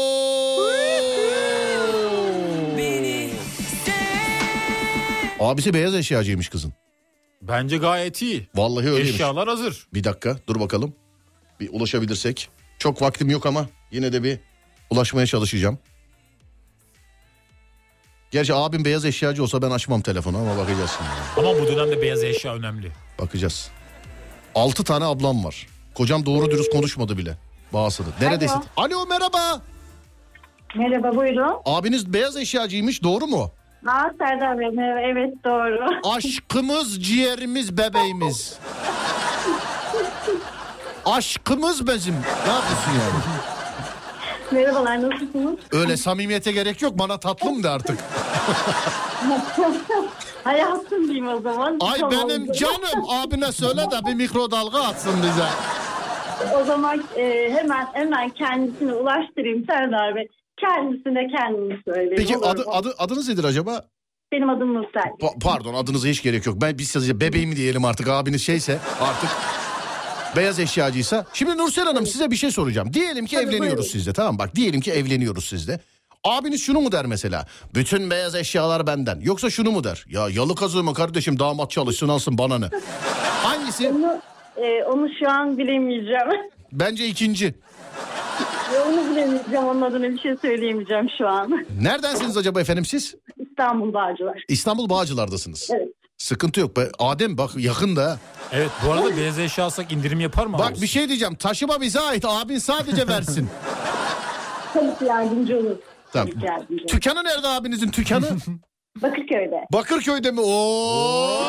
Abisi beyaz eşyacıymış kızın. Bence gayet iyi. Vallahi öyleymiş. Eşyalar hazır. Bir dakika dur bakalım. Bir ulaşabilirsek. Çok vaktim yok ama yine de bir ulaşmaya çalışacağım. Gerçi abim beyaz eşyacı olsa ben açmam telefonu ama bakacağız şimdi. Ama bu dönemde beyaz eşya önemli. Bakacağız. Altı tane ablam var. Kocam doğru dürüst konuşmadı bile. Bağısını. Neredesin? Alo. Alo merhaba. Merhaba buyurun. Abiniz beyaz eşyacıymış, doğru mu? Aa, Serdar Bey, evet doğru. Aşkımız, ciğerimiz, bebeğimiz. Aşkımız bizim. Ne yapıyorsun yani? Merhabalar, nasılsınız? Öyle samimiyete gerek yok, bana tatlım de artık. Hayatım diyeyim o zaman. Ay Tamam. benim canım, abine söyle de bir mikrodalga atsın bize. O zaman e, hemen hemen kendisine ulaştırayım Serdar Bey. Kendisine kendimi söyleyeyim. Peki olur adı, mu? adı adınız nedir acaba? Benim adım Nursel. Pa- pardon, adınıza hiç gerek yok. Ben biz sadece bebeğim diyelim artık, abiniz şeyse artık beyaz eşyacıysa. Şimdi Nursel Hanım, size bir şey soracağım. Diyelim ki Tabii, evleniyoruz buyurun. sizde, tamam bak, diyelim ki evleniyoruz sizde. Abiniz şunu mu der mesela? Bütün beyaz eşyalar benden. Yoksa şunu mu der? Ya yalı kazığıma kardeşim, damat çalışsın alsın, bana ne? Hangisi? Onu, e, onu şu an bilemeyeceğim. Bence ikinci. Ve onu bilemeyeceğim. Onun adına bir şey söyleyemeyeceğim şu an. Neredensiniz acaba efendim siz? İstanbul Bağcılar. İstanbul Bağcılar'dasınız. Evet. Sıkıntı yok be. Adem bak yakın da. ha. Evet, bu arada beyaz eşya alsak indirim yapar mı? Bak abi? bir şey diyeceğim. Taşıma bize ait. Abin sadece versin. Tabii ki yardımcı olur. Tamam. Tabii ki yardımcı olur. Tükkanı nerede abinizin tükkanı? Bakırköy'de. Bakırköy'de mi? Oo!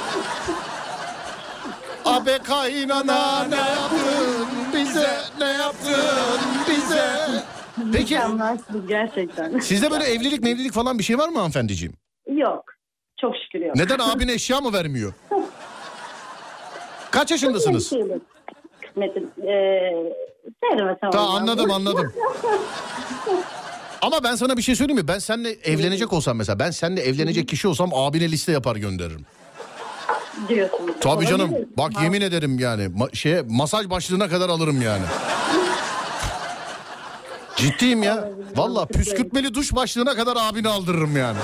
Abi kaynana ne yaptın bize, ne yaptın bize? Peki Mükemmelsiniz gerçekten. sizde böyle evlilik mevlilik falan bir şey var mı hanımefendiciğim? Yok. Çok şükür yok. Neden abin eşya mı vermiyor? Kaç yaşındasınız? Kısmetim. Eee söylemesem Tamam, olmaz. anladım anladım. Ama ben sana bir şey söyleyeyim mi? Ben seninle evlenecek olsam mesela, ben seninle evlenecek kişi olsam abine liste yapar gönderirim. Diyorsunuz. Tabii canım. Olabilir. Bak Ha. yemin ederim yani. Ma- şeye, masaj başlığına kadar alırım yani. Ciddiyim ya. Valla püskürtmeli duş başlığına kadar abini aldırırım yani.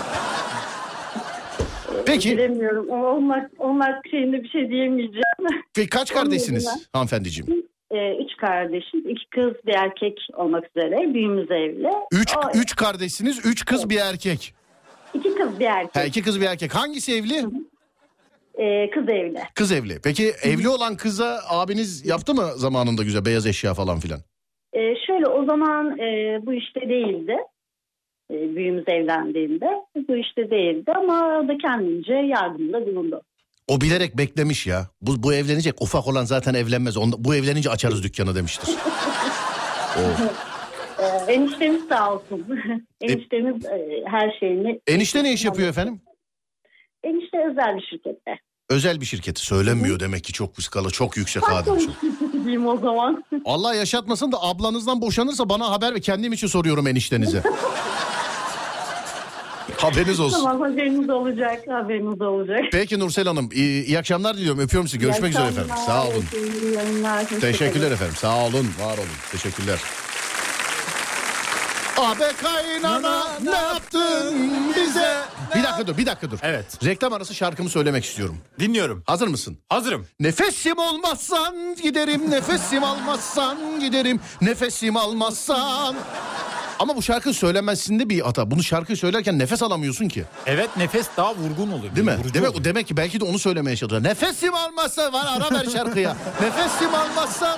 Peki. Bilemiyorum. Onlar, onlar şeyinde bir şey diyemeyeceğim. Peki kaç kardeşsiniz hanımefendiciğim? Ee, üç kardeşiz. İki kız bir erkek olmak üzere. Büyüğümüz evli. Üç, O, üç kardeşsiniz. Üç kız bir erkek. İki kız bir erkek. Ha, iki kız bir erkek. Hangisi evli? Ee, kız evli. Kız evli. Peki evli olan kıza abiniz yaptı mı zamanında güzel beyaz eşya falan filan? Ee, şöyle o zaman e, bu işte değildi. e, büyüğümüz evlendiğinde. Bu işte değildi ama o da kendince yardımda bulundu. O bilerek beklemiş ya. Bu, bu evlenecek, ufak olan zaten evlenmez. Onda, bu evlenince açarız dükkanı demiştir. O. Ee, eniştemiz sağ olsun. Eniştemiz e, her şeyini... Enişte ne iş yapıyor efendim? Enişte özel bir şirkette. Özel bir şirketi söylemiyor demek ki, çok skala çok yüksek adem. Diyeyim o zaman. Allah yaşatmasın da ablanızdan boşanırsa bana haber ve kendim için soruyorum eniştenize. Haberiniz olsun. Tamam, haberiniz olacak, haberiniz olacak. Peki Nursel Hanım, iyi, iyi akşamlar diliyorum. Öpüyorum sizi. Görüşmek üzere efendim. Sağ olun. Teşekkürler efendim. Sağ olun, var olun. Teşekkürler. Abi kaynana ne yaptın bize? Bir dakika dur, bir dakika dur. Evet. Reklam arası şarkımı söylemek istiyorum. Dinliyorum. Hazır mısın? Hazırım. Nefesim olmazsan giderim, nefesim almazsan giderim, nefesim almazsan. Ama bu şarkı söylemesinde bir hata. Bunu şarkıyı söylerken nefes alamıyorsun ki. Evet, nefes daha vurgun oluyor. Değil mi? Vurucu Demek, oluyor. demek ki belki de onu söylemeye çalışıyor. Nefesim almazsan var, ara ver şarkıya. Nefesim almazsan.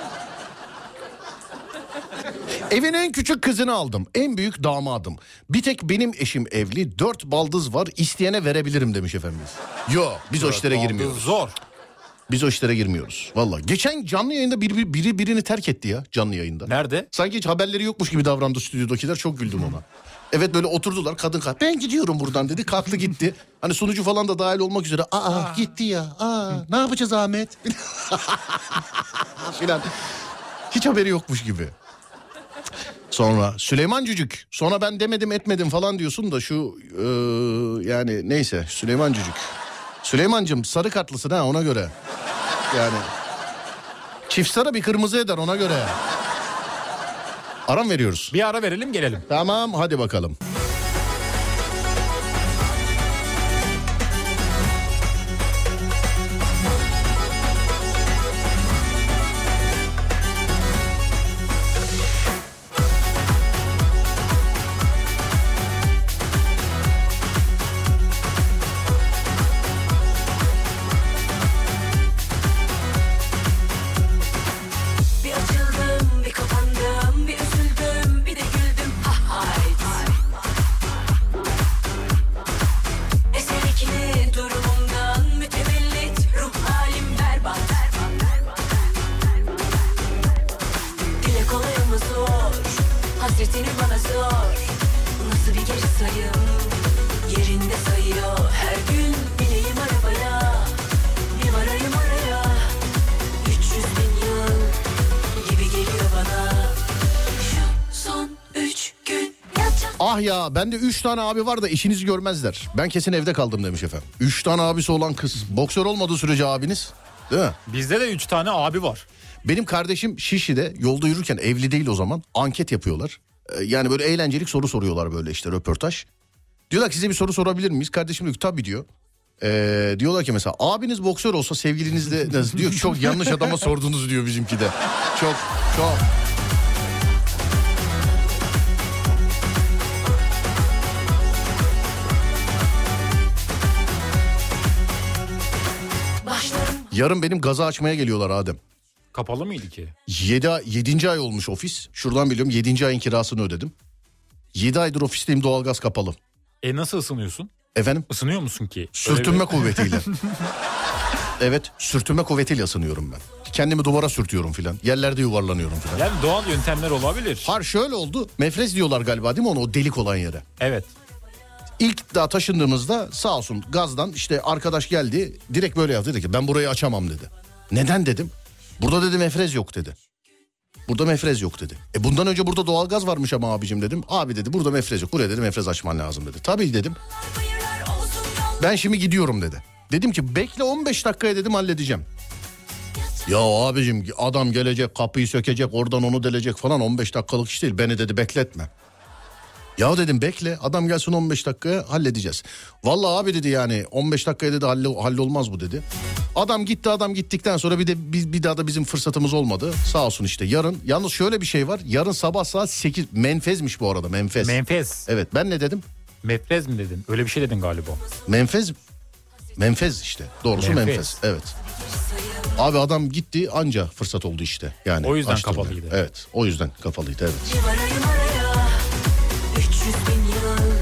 Evin en küçük kızını aldım. En büyük damadım. Bir tek benim eşim evli. Dört baldız var. İsteyene verebilirim demiş efendimiz. Yo, biz o işlere girmiyoruz. Zor. Biz o işlere girmiyoruz. Vallahi. Geçen canlı yayında biri, biri birini terk etti ya, canlı yayında. Nerede? Sanki hiç haberleri yokmuş gibi davrandı stüdyodakiler. Çok güldüm ona. Evet, böyle oturdular, kadın kalktı. Ben gidiyorum buradan dedi. Kalktı gitti. Hani sunucu falan da dahil olmak üzere. Aa gitti ya. Aa ne yapacağız Ahmet? Filan. Hiç haberi yokmuş gibi. Sonra Süleyman Cücük. Sonra ben demedim etmedim falan diyorsun da şu e, yani neyse Süleyman Cücük. Süleymancığım sarı kartlısın ha, ona göre. Yani çift sarı bir kırmızı eder, ona göre. Aram veriyoruz. Bir ara verelim, gelelim. Tamam, hadi bakalım. Bir açıldım, bir kapandım, bir üzüldüm, bir de güldüm. Ha hayt. Eser ikili durumumdan mütevellit, ruh halim berbat. Dile kolay ama zor, hasretini bana sor. Nasıl bir geri sayım, yerinde sayıyor. Her gün bineyim arabaya, bir varayım oraya. üç yüz bin yıl gibi geliyor bana. Şu son üç gün yapacağım. Ah ya, bende üç tane abi var da işinizi görmezler. Ben kesin evde kaldım demiş efendim. Üç tane abisi olan kız. Boksör olmadığı sürece abiniz. Değil mi? Bizde de üç tane abi var. Benim kardeşim Şişli'de yolda yürürken, evli değil o zaman, anket yapıyorlar. Ee, yani böyle eğlencelik soru soruyorlar, böyle işte röportaj. Diyorlar ki size bir soru sorabilir miyiz? Kardeşim diyor ki tabii diyor. Ee, diyorlar ki mesela abiniz boksör olsa sevgiliniz de nasıl? Diyor ki çok yanlış adama sordunuz diyor bizimki de. Çok çok. Başlarım Yarın benim gazı açmaya geliyorlar Adem. Kapalı mıydı ki? Yedi, yedinci ay olmuş ofis. Şuradan biliyorum, yedinci ayın kirasını ödedim. Yedi aydır ofisteyim, doğalgaz kapalı. E nasıl ısınıyorsun? Efendim? Isınıyor musun ki? Sürtünme Öyle bir- kuvvetiyle. Evet, sürtünme kuvvetiyle ısınıyorum ben. Kendimi duvara sürtüyorum filan. Yerlerde yuvarlanıyorum filan. Yani doğal yöntemler olabilir. Har şöyle oldu. Mefrez diyorlar galiba değil mi ona, o delik olan yere? Evet. İlk daha taşındığımızda sağ olsun gazdan işte arkadaş geldi. Direkt böyle yaptı, dedi ki ben burayı açamam dedi. Neden dedim. Burada dedi mefrez yok dedi. Burada mefrez yok dedi. E bundan önce burada doğalgaz varmış ama abicim dedim. Abi dedi burada mefrez yok. Buraya dedi mefrez açman lazım dedi. Tabii dedim. Ben şimdi gidiyorum dedi. Dedim ki bekle on beş dakikaya dedim halledeceğim. Ya abicim adam gelecek, kapıyı sökecek, oradan onu delecek falan, on beş dakikalık iş değil. Beni dedi bekletme. Ya dedim bekle, adam gelsin on beş dakikaya halledeceğiz. Vallahi abi dedi yani on beş dakikaya dedi halle, hallolmaz bu dedi. Adam gitti, adam gittikten sonra bir de bir, bir daha da bizim fırsatımız olmadı. Sağ olsun işte yarın. Yalnız şöyle bir şey var. Yarın sabah saat sekiz, menfezmiş bu arada, menfez. Menfez. Evet, ben ne dedim? Mefrez mi dedin? Öyle bir şey dedin galiba. Menfez. Menfez işte. Doğrusu Menfez. menfez. Evet. Abi adam gitti, anca fırsat oldu işte. Yani O yüzden açtırmaya. kapalıydı. Evet, o yüzden kapalıydı evet. bir varayım araya. üç yüz bin yıl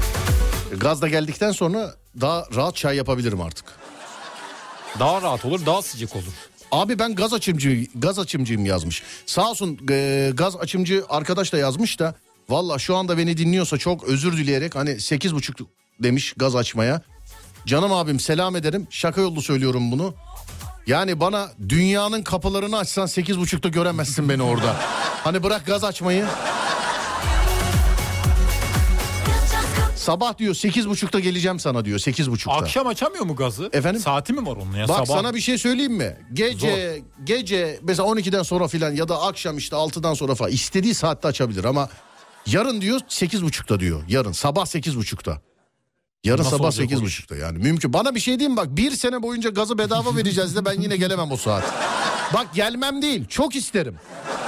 Gaz da geldikten sonra daha rahat çay yapabilirim artık. Daha rahat olur, daha sıcak olur. Abi ben gaz açımcı, gaz açımcıyım yazmış. Sağ olsun e, gaz açımcı arkadaş da yazmış da. Valla şu anda beni dinliyorsa çok özür dileyerek hani sekiz buçuk demiş gaz açmaya. Canım abim selam ederim. Şaka yollu söylüyorum bunu. Yani bana dünyanın kapılarını açsan sekiz buçukta göremezsin beni orada. Hani bırak gaz açmayı. Sabah diyor sekiz buçukta geleceğim sana diyor sekiz buçukta. Akşam açamıyor mu gazı? Efendim? Saati mi var onun ya? Bak Sabah... sana bir şey söyleyeyim mi? Gece Zor. gece mesela on ikiden sonra filan ya da akşam işte altıdan sonra falan istediği saatte açabilir ama yarın diyor sekiz buçukta diyor. Yarın sabah sekiz buçukta. Yarın Nasıl sabah sekiz buçukta yani mümkün. Bana bir şey diyeyim bak bir sene boyunca gazı bedava vereceğiz de ben yine gelemem o saat. Bak gelmem değil çok isterim.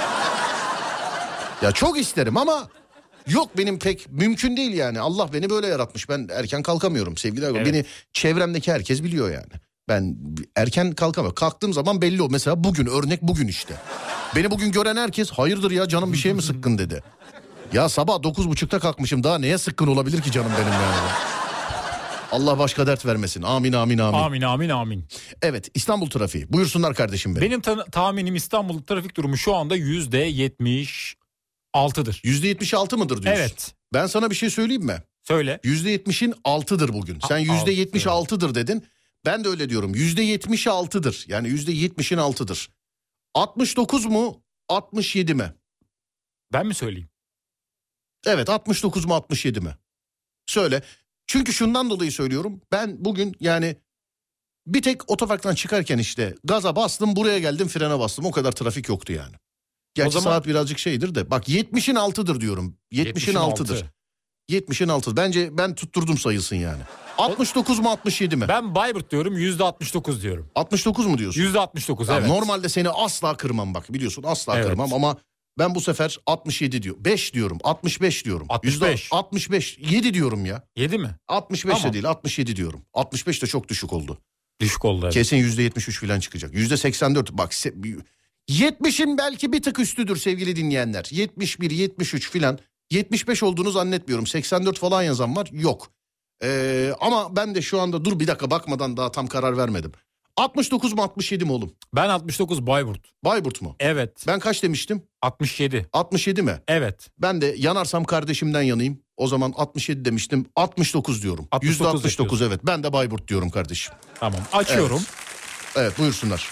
Ya çok isterim ama yok benim pek mümkün değil yani. Allah beni böyle yaratmış. Ben erken kalkamıyorum sevgili arkadaşlar. Evet. Beni çevremdeki herkes biliyor yani. Ben erken kalkamıyorum. Kalktığım zaman belli o. Mesela bugün örnek bugün işte. Beni bugün gören herkes hayırdır ya canım bir şey mi sıkkın dedi. Ya sabah dokuz buçukta kalkmışım daha neye sıkkın olabilir ki canım benim yani. Allah başka dert vermesin. Amin amin amin. Amin amin amin. Evet İstanbul trafiği. Buyursunlar kardeşim benim. Benim ta- tahminim İstanbul trafik durumu şu anda yüzde yetmiş altıdır. yüzde yetmiş altı mıdır diyorsun? Evet. Ben sana bir şey söyleyeyim mi? Söyle. yüzde yetmişin altıdır bugün. Sen yüzde yetmiş altıdır dedin. Ben de öyle diyorum. yüzde yetmiş altıdır. Yani yüzde yetmişin altıdır. altmış dokuz mu? altmış yedi mi? Ben mi söyleyeyim? Evet altmış dokuz mu altmış yedi mi? Söyle. Çünkü şundan dolayı söylüyorum. Ben bugün yani bir tek otoparktan çıkarken işte gaza bastım buraya geldim frene bastım. O kadar trafik yoktu yani. Gerçi zaman... saat birazcık şeydir de. Bak yetmişin altıdır diyorum. yetmişin altıdır. yetmişin altı. Bence ben tutturdum sayılsın yani. altmış dokuz mu altmış yedi mi? Ben Bayburt diyorum yüzde altmış dokuz diyorum. altmış dokuz mu diyorsun? yüzde altmış dokuz yani evet. Normalde seni asla kırmam bak biliyorsun asla evet. kırmam ama ben bu sefer altmış yedi diyor. beş diyorum altmış beş diyorum. altmış beş. altmış beş yedi diyorum ya. yedi mi? altmış beş tamam. De değil altmış yedi diyorum. altmış beş de çok düşük oldu. Düşük oldu evet. Kesin yüzde yetmiş üç falan çıkacak. yüzde seksen dört bak yetmişin belki bir tık üstüdür sevgili dinleyenler. yetmiş bir yetmiş üç falan. yetmiş beş olduğunu zannetmiyorum. seksen dört falan yazan var. Yok. Ee, ama ben de şu anda dur bir dakika bakmadan daha tam karar vermedim. altmış dokuz mu altmış yedi mi oğlum? Ben altmış dokuz Bayburt. Bayburt mu? Evet. Ben kaç demiştim? altmış yedi. altmış yedi mi? Evet. Ben de yanarsam kardeşimden yanayım. O zaman altmış yedi demiştim. altmış dokuz diyorum. yüzde altmış dokuz evet. Ben de Bayburt diyorum kardeşim. Tamam açıyorum. Evet, evet buyursunlar.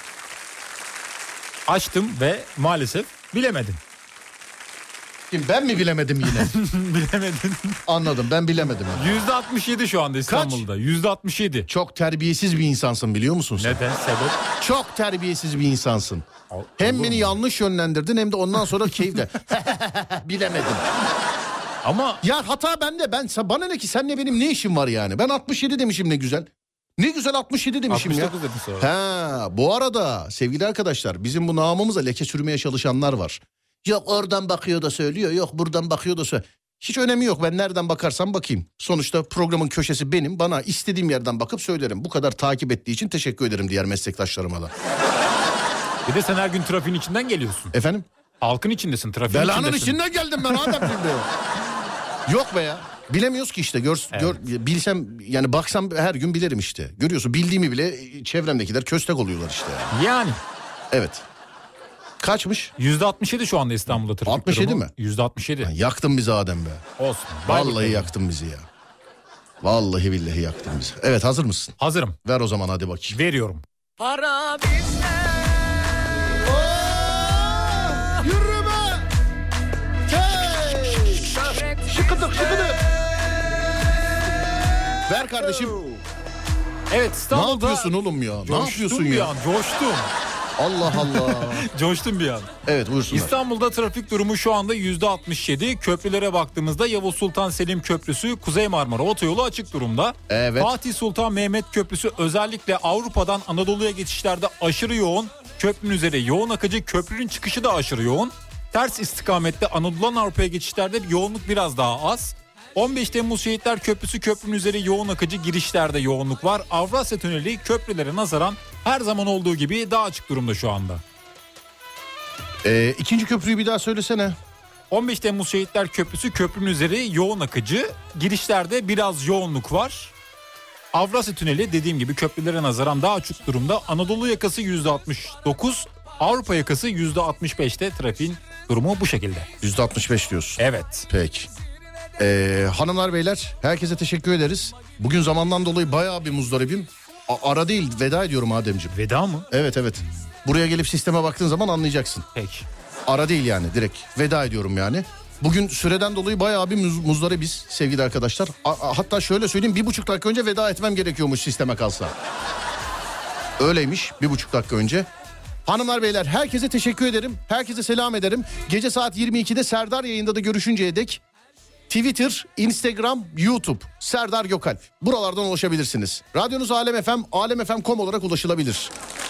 Açtım ve maalesef bilemedim. Şimdi ben mi bilemedim yine? Bilemedin. Anladım ben bilemedim. yüzde altmış yedi şu anda İstanbul'da. Kaç? yüzde altmış yedi. Çok terbiyesiz bir insansın biliyor musun sen? Neden? Sebep? Çok terbiyesiz bir insansın. Al, hem beni mu? yanlış yönlendirdin hem de ondan sonra keyifle. Bilemedim. Ama... Ya hata bende. Ben, bana ne ki seninle benim ne işim var yani? Ben altmış yedi demişim ne güzel. Ne güzel altmış yedi demişim altmış ya. dokuz dedin sonra. Ha, bu arada sevgili arkadaşlar bizim bu namımıza leke sürmeye çalışanlar var. Yok oradan bakıyor da söylüyor. Yok buradan bakıyor da söylüyor. Hiç önemi yok. Ben nereden bakarsam bakayım. Sonuçta programın köşesi benim. Bana istediğim yerden bakıp söylerim. Bu kadar takip ettiği için teşekkür ederim diğer meslektaşlarıma da. Bir de sen her gün trafiğin içinden geliyorsun. Efendim? Halkın içindesin, trafiğin Belanın içindesin. içinden geldim ben adam şimdi. Yok be ya. Bilemiyoruz ki işte. Gör, evet. gör, bilsem yani baksam her gün bilirim işte. Görüyorsun bildiğimi bile çevremdekiler köstek oluyorlar işte. Yani. Evet. Kaçmış? yüzde altmış yedi şu anda İstanbul'da trafik altmış yedi durumu. mi? yüzde altmış yedi. Ya yaktın bizi Adem be. Olsun. Vallahi yaktın bizi ya. Vallahi billahi yaktın bizi. Evet hazır mısın? Hazırım. Ver o zaman hadi bakayım. Veriyorum. Para bizde. Yürü be. Hey. Şıkıdık şıkıdık. Ver kardeşim. Evet İstanbul'da. Ne yapıyorsun oğlum ya? Ne yapıyorsun bir ya? An, coştum. Allah Allah. Coştum bir an. Evet buyursunlar. İstanbul'da trafik durumu şu anda yüzde altmış yedi. Köprülere baktığımızda Yavuz Sultan Selim Köprüsü, Kuzey Marmara Otoyolu açık durumda. Evet. Fatih Sultan Mehmet Köprüsü özellikle Avrupa'dan Anadolu'ya geçişlerde aşırı yoğun. Köprünün üzeri yoğun akıcı, köprünün çıkışı da aşırı yoğun. Ters istikamette Anadolu'dan Avrupa'ya geçişlerde yoğunluk biraz daha az. on beş Temmuz Şehitler Köprüsü köprünün üzeri yoğun akıcı, girişlerde yoğunluk var. Avrasya Tüneli köprülere nazaran her zaman olduğu gibi daha açık durumda şu anda. Ee, ikinci köprüyü bir daha söylesene. on beş Temmuz Şehitler Köprüsü köprünün üzeri yoğun akıcı. Girişlerde biraz yoğunluk var. Avrasya Tüneli dediğim gibi köprülere nazaran daha açık durumda. Anadolu yakası yüzde altmış dokuz, Avrupa yakası yüzde altmış beşte trafiğin durumu bu şekilde. yüzde altmış beş diyorsun. Evet. Peki. Ee, hanımlar beyler herkese teşekkür ederiz. Bugün zamandan dolayı bayağı bir muzdaribim. A- ara değil veda ediyorum Ademciğim. Veda mı? Evet evet. Buraya gelip sisteme baktığın zaman anlayacaksın. Peki. Ara değil yani direkt veda ediyorum yani. Bugün süreden dolayı bayağı bir muz, muzdaribiz sevgili arkadaşlar. A- a- hatta şöyle söyleyeyim, bir buçuk dakika önce veda etmem gerekiyormuş sisteme kalsa. Öyleymiş, bir buçuk dakika önce. Hanımlar beyler herkese teşekkür ederim. Herkese selam ederim. Gece saat yirmi ikide Serdar yayında da görüşünceye dek Twitter, Instagram, YouTube Serdar Gökalp. Buralardan ulaşabilirsiniz. Radyonuz Alem F M, alemfm nokta com olarak ulaşılabilir.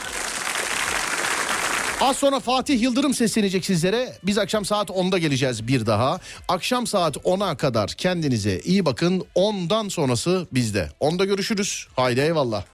Az sonra Fatih Yıldırım seslenecek sizlere. Biz akşam saat onda geleceğiz bir daha. Akşam saat ona kadar kendinize iyi bakın. ondan sonrası bizde. onda görüşürüz. Haydi eyvallah.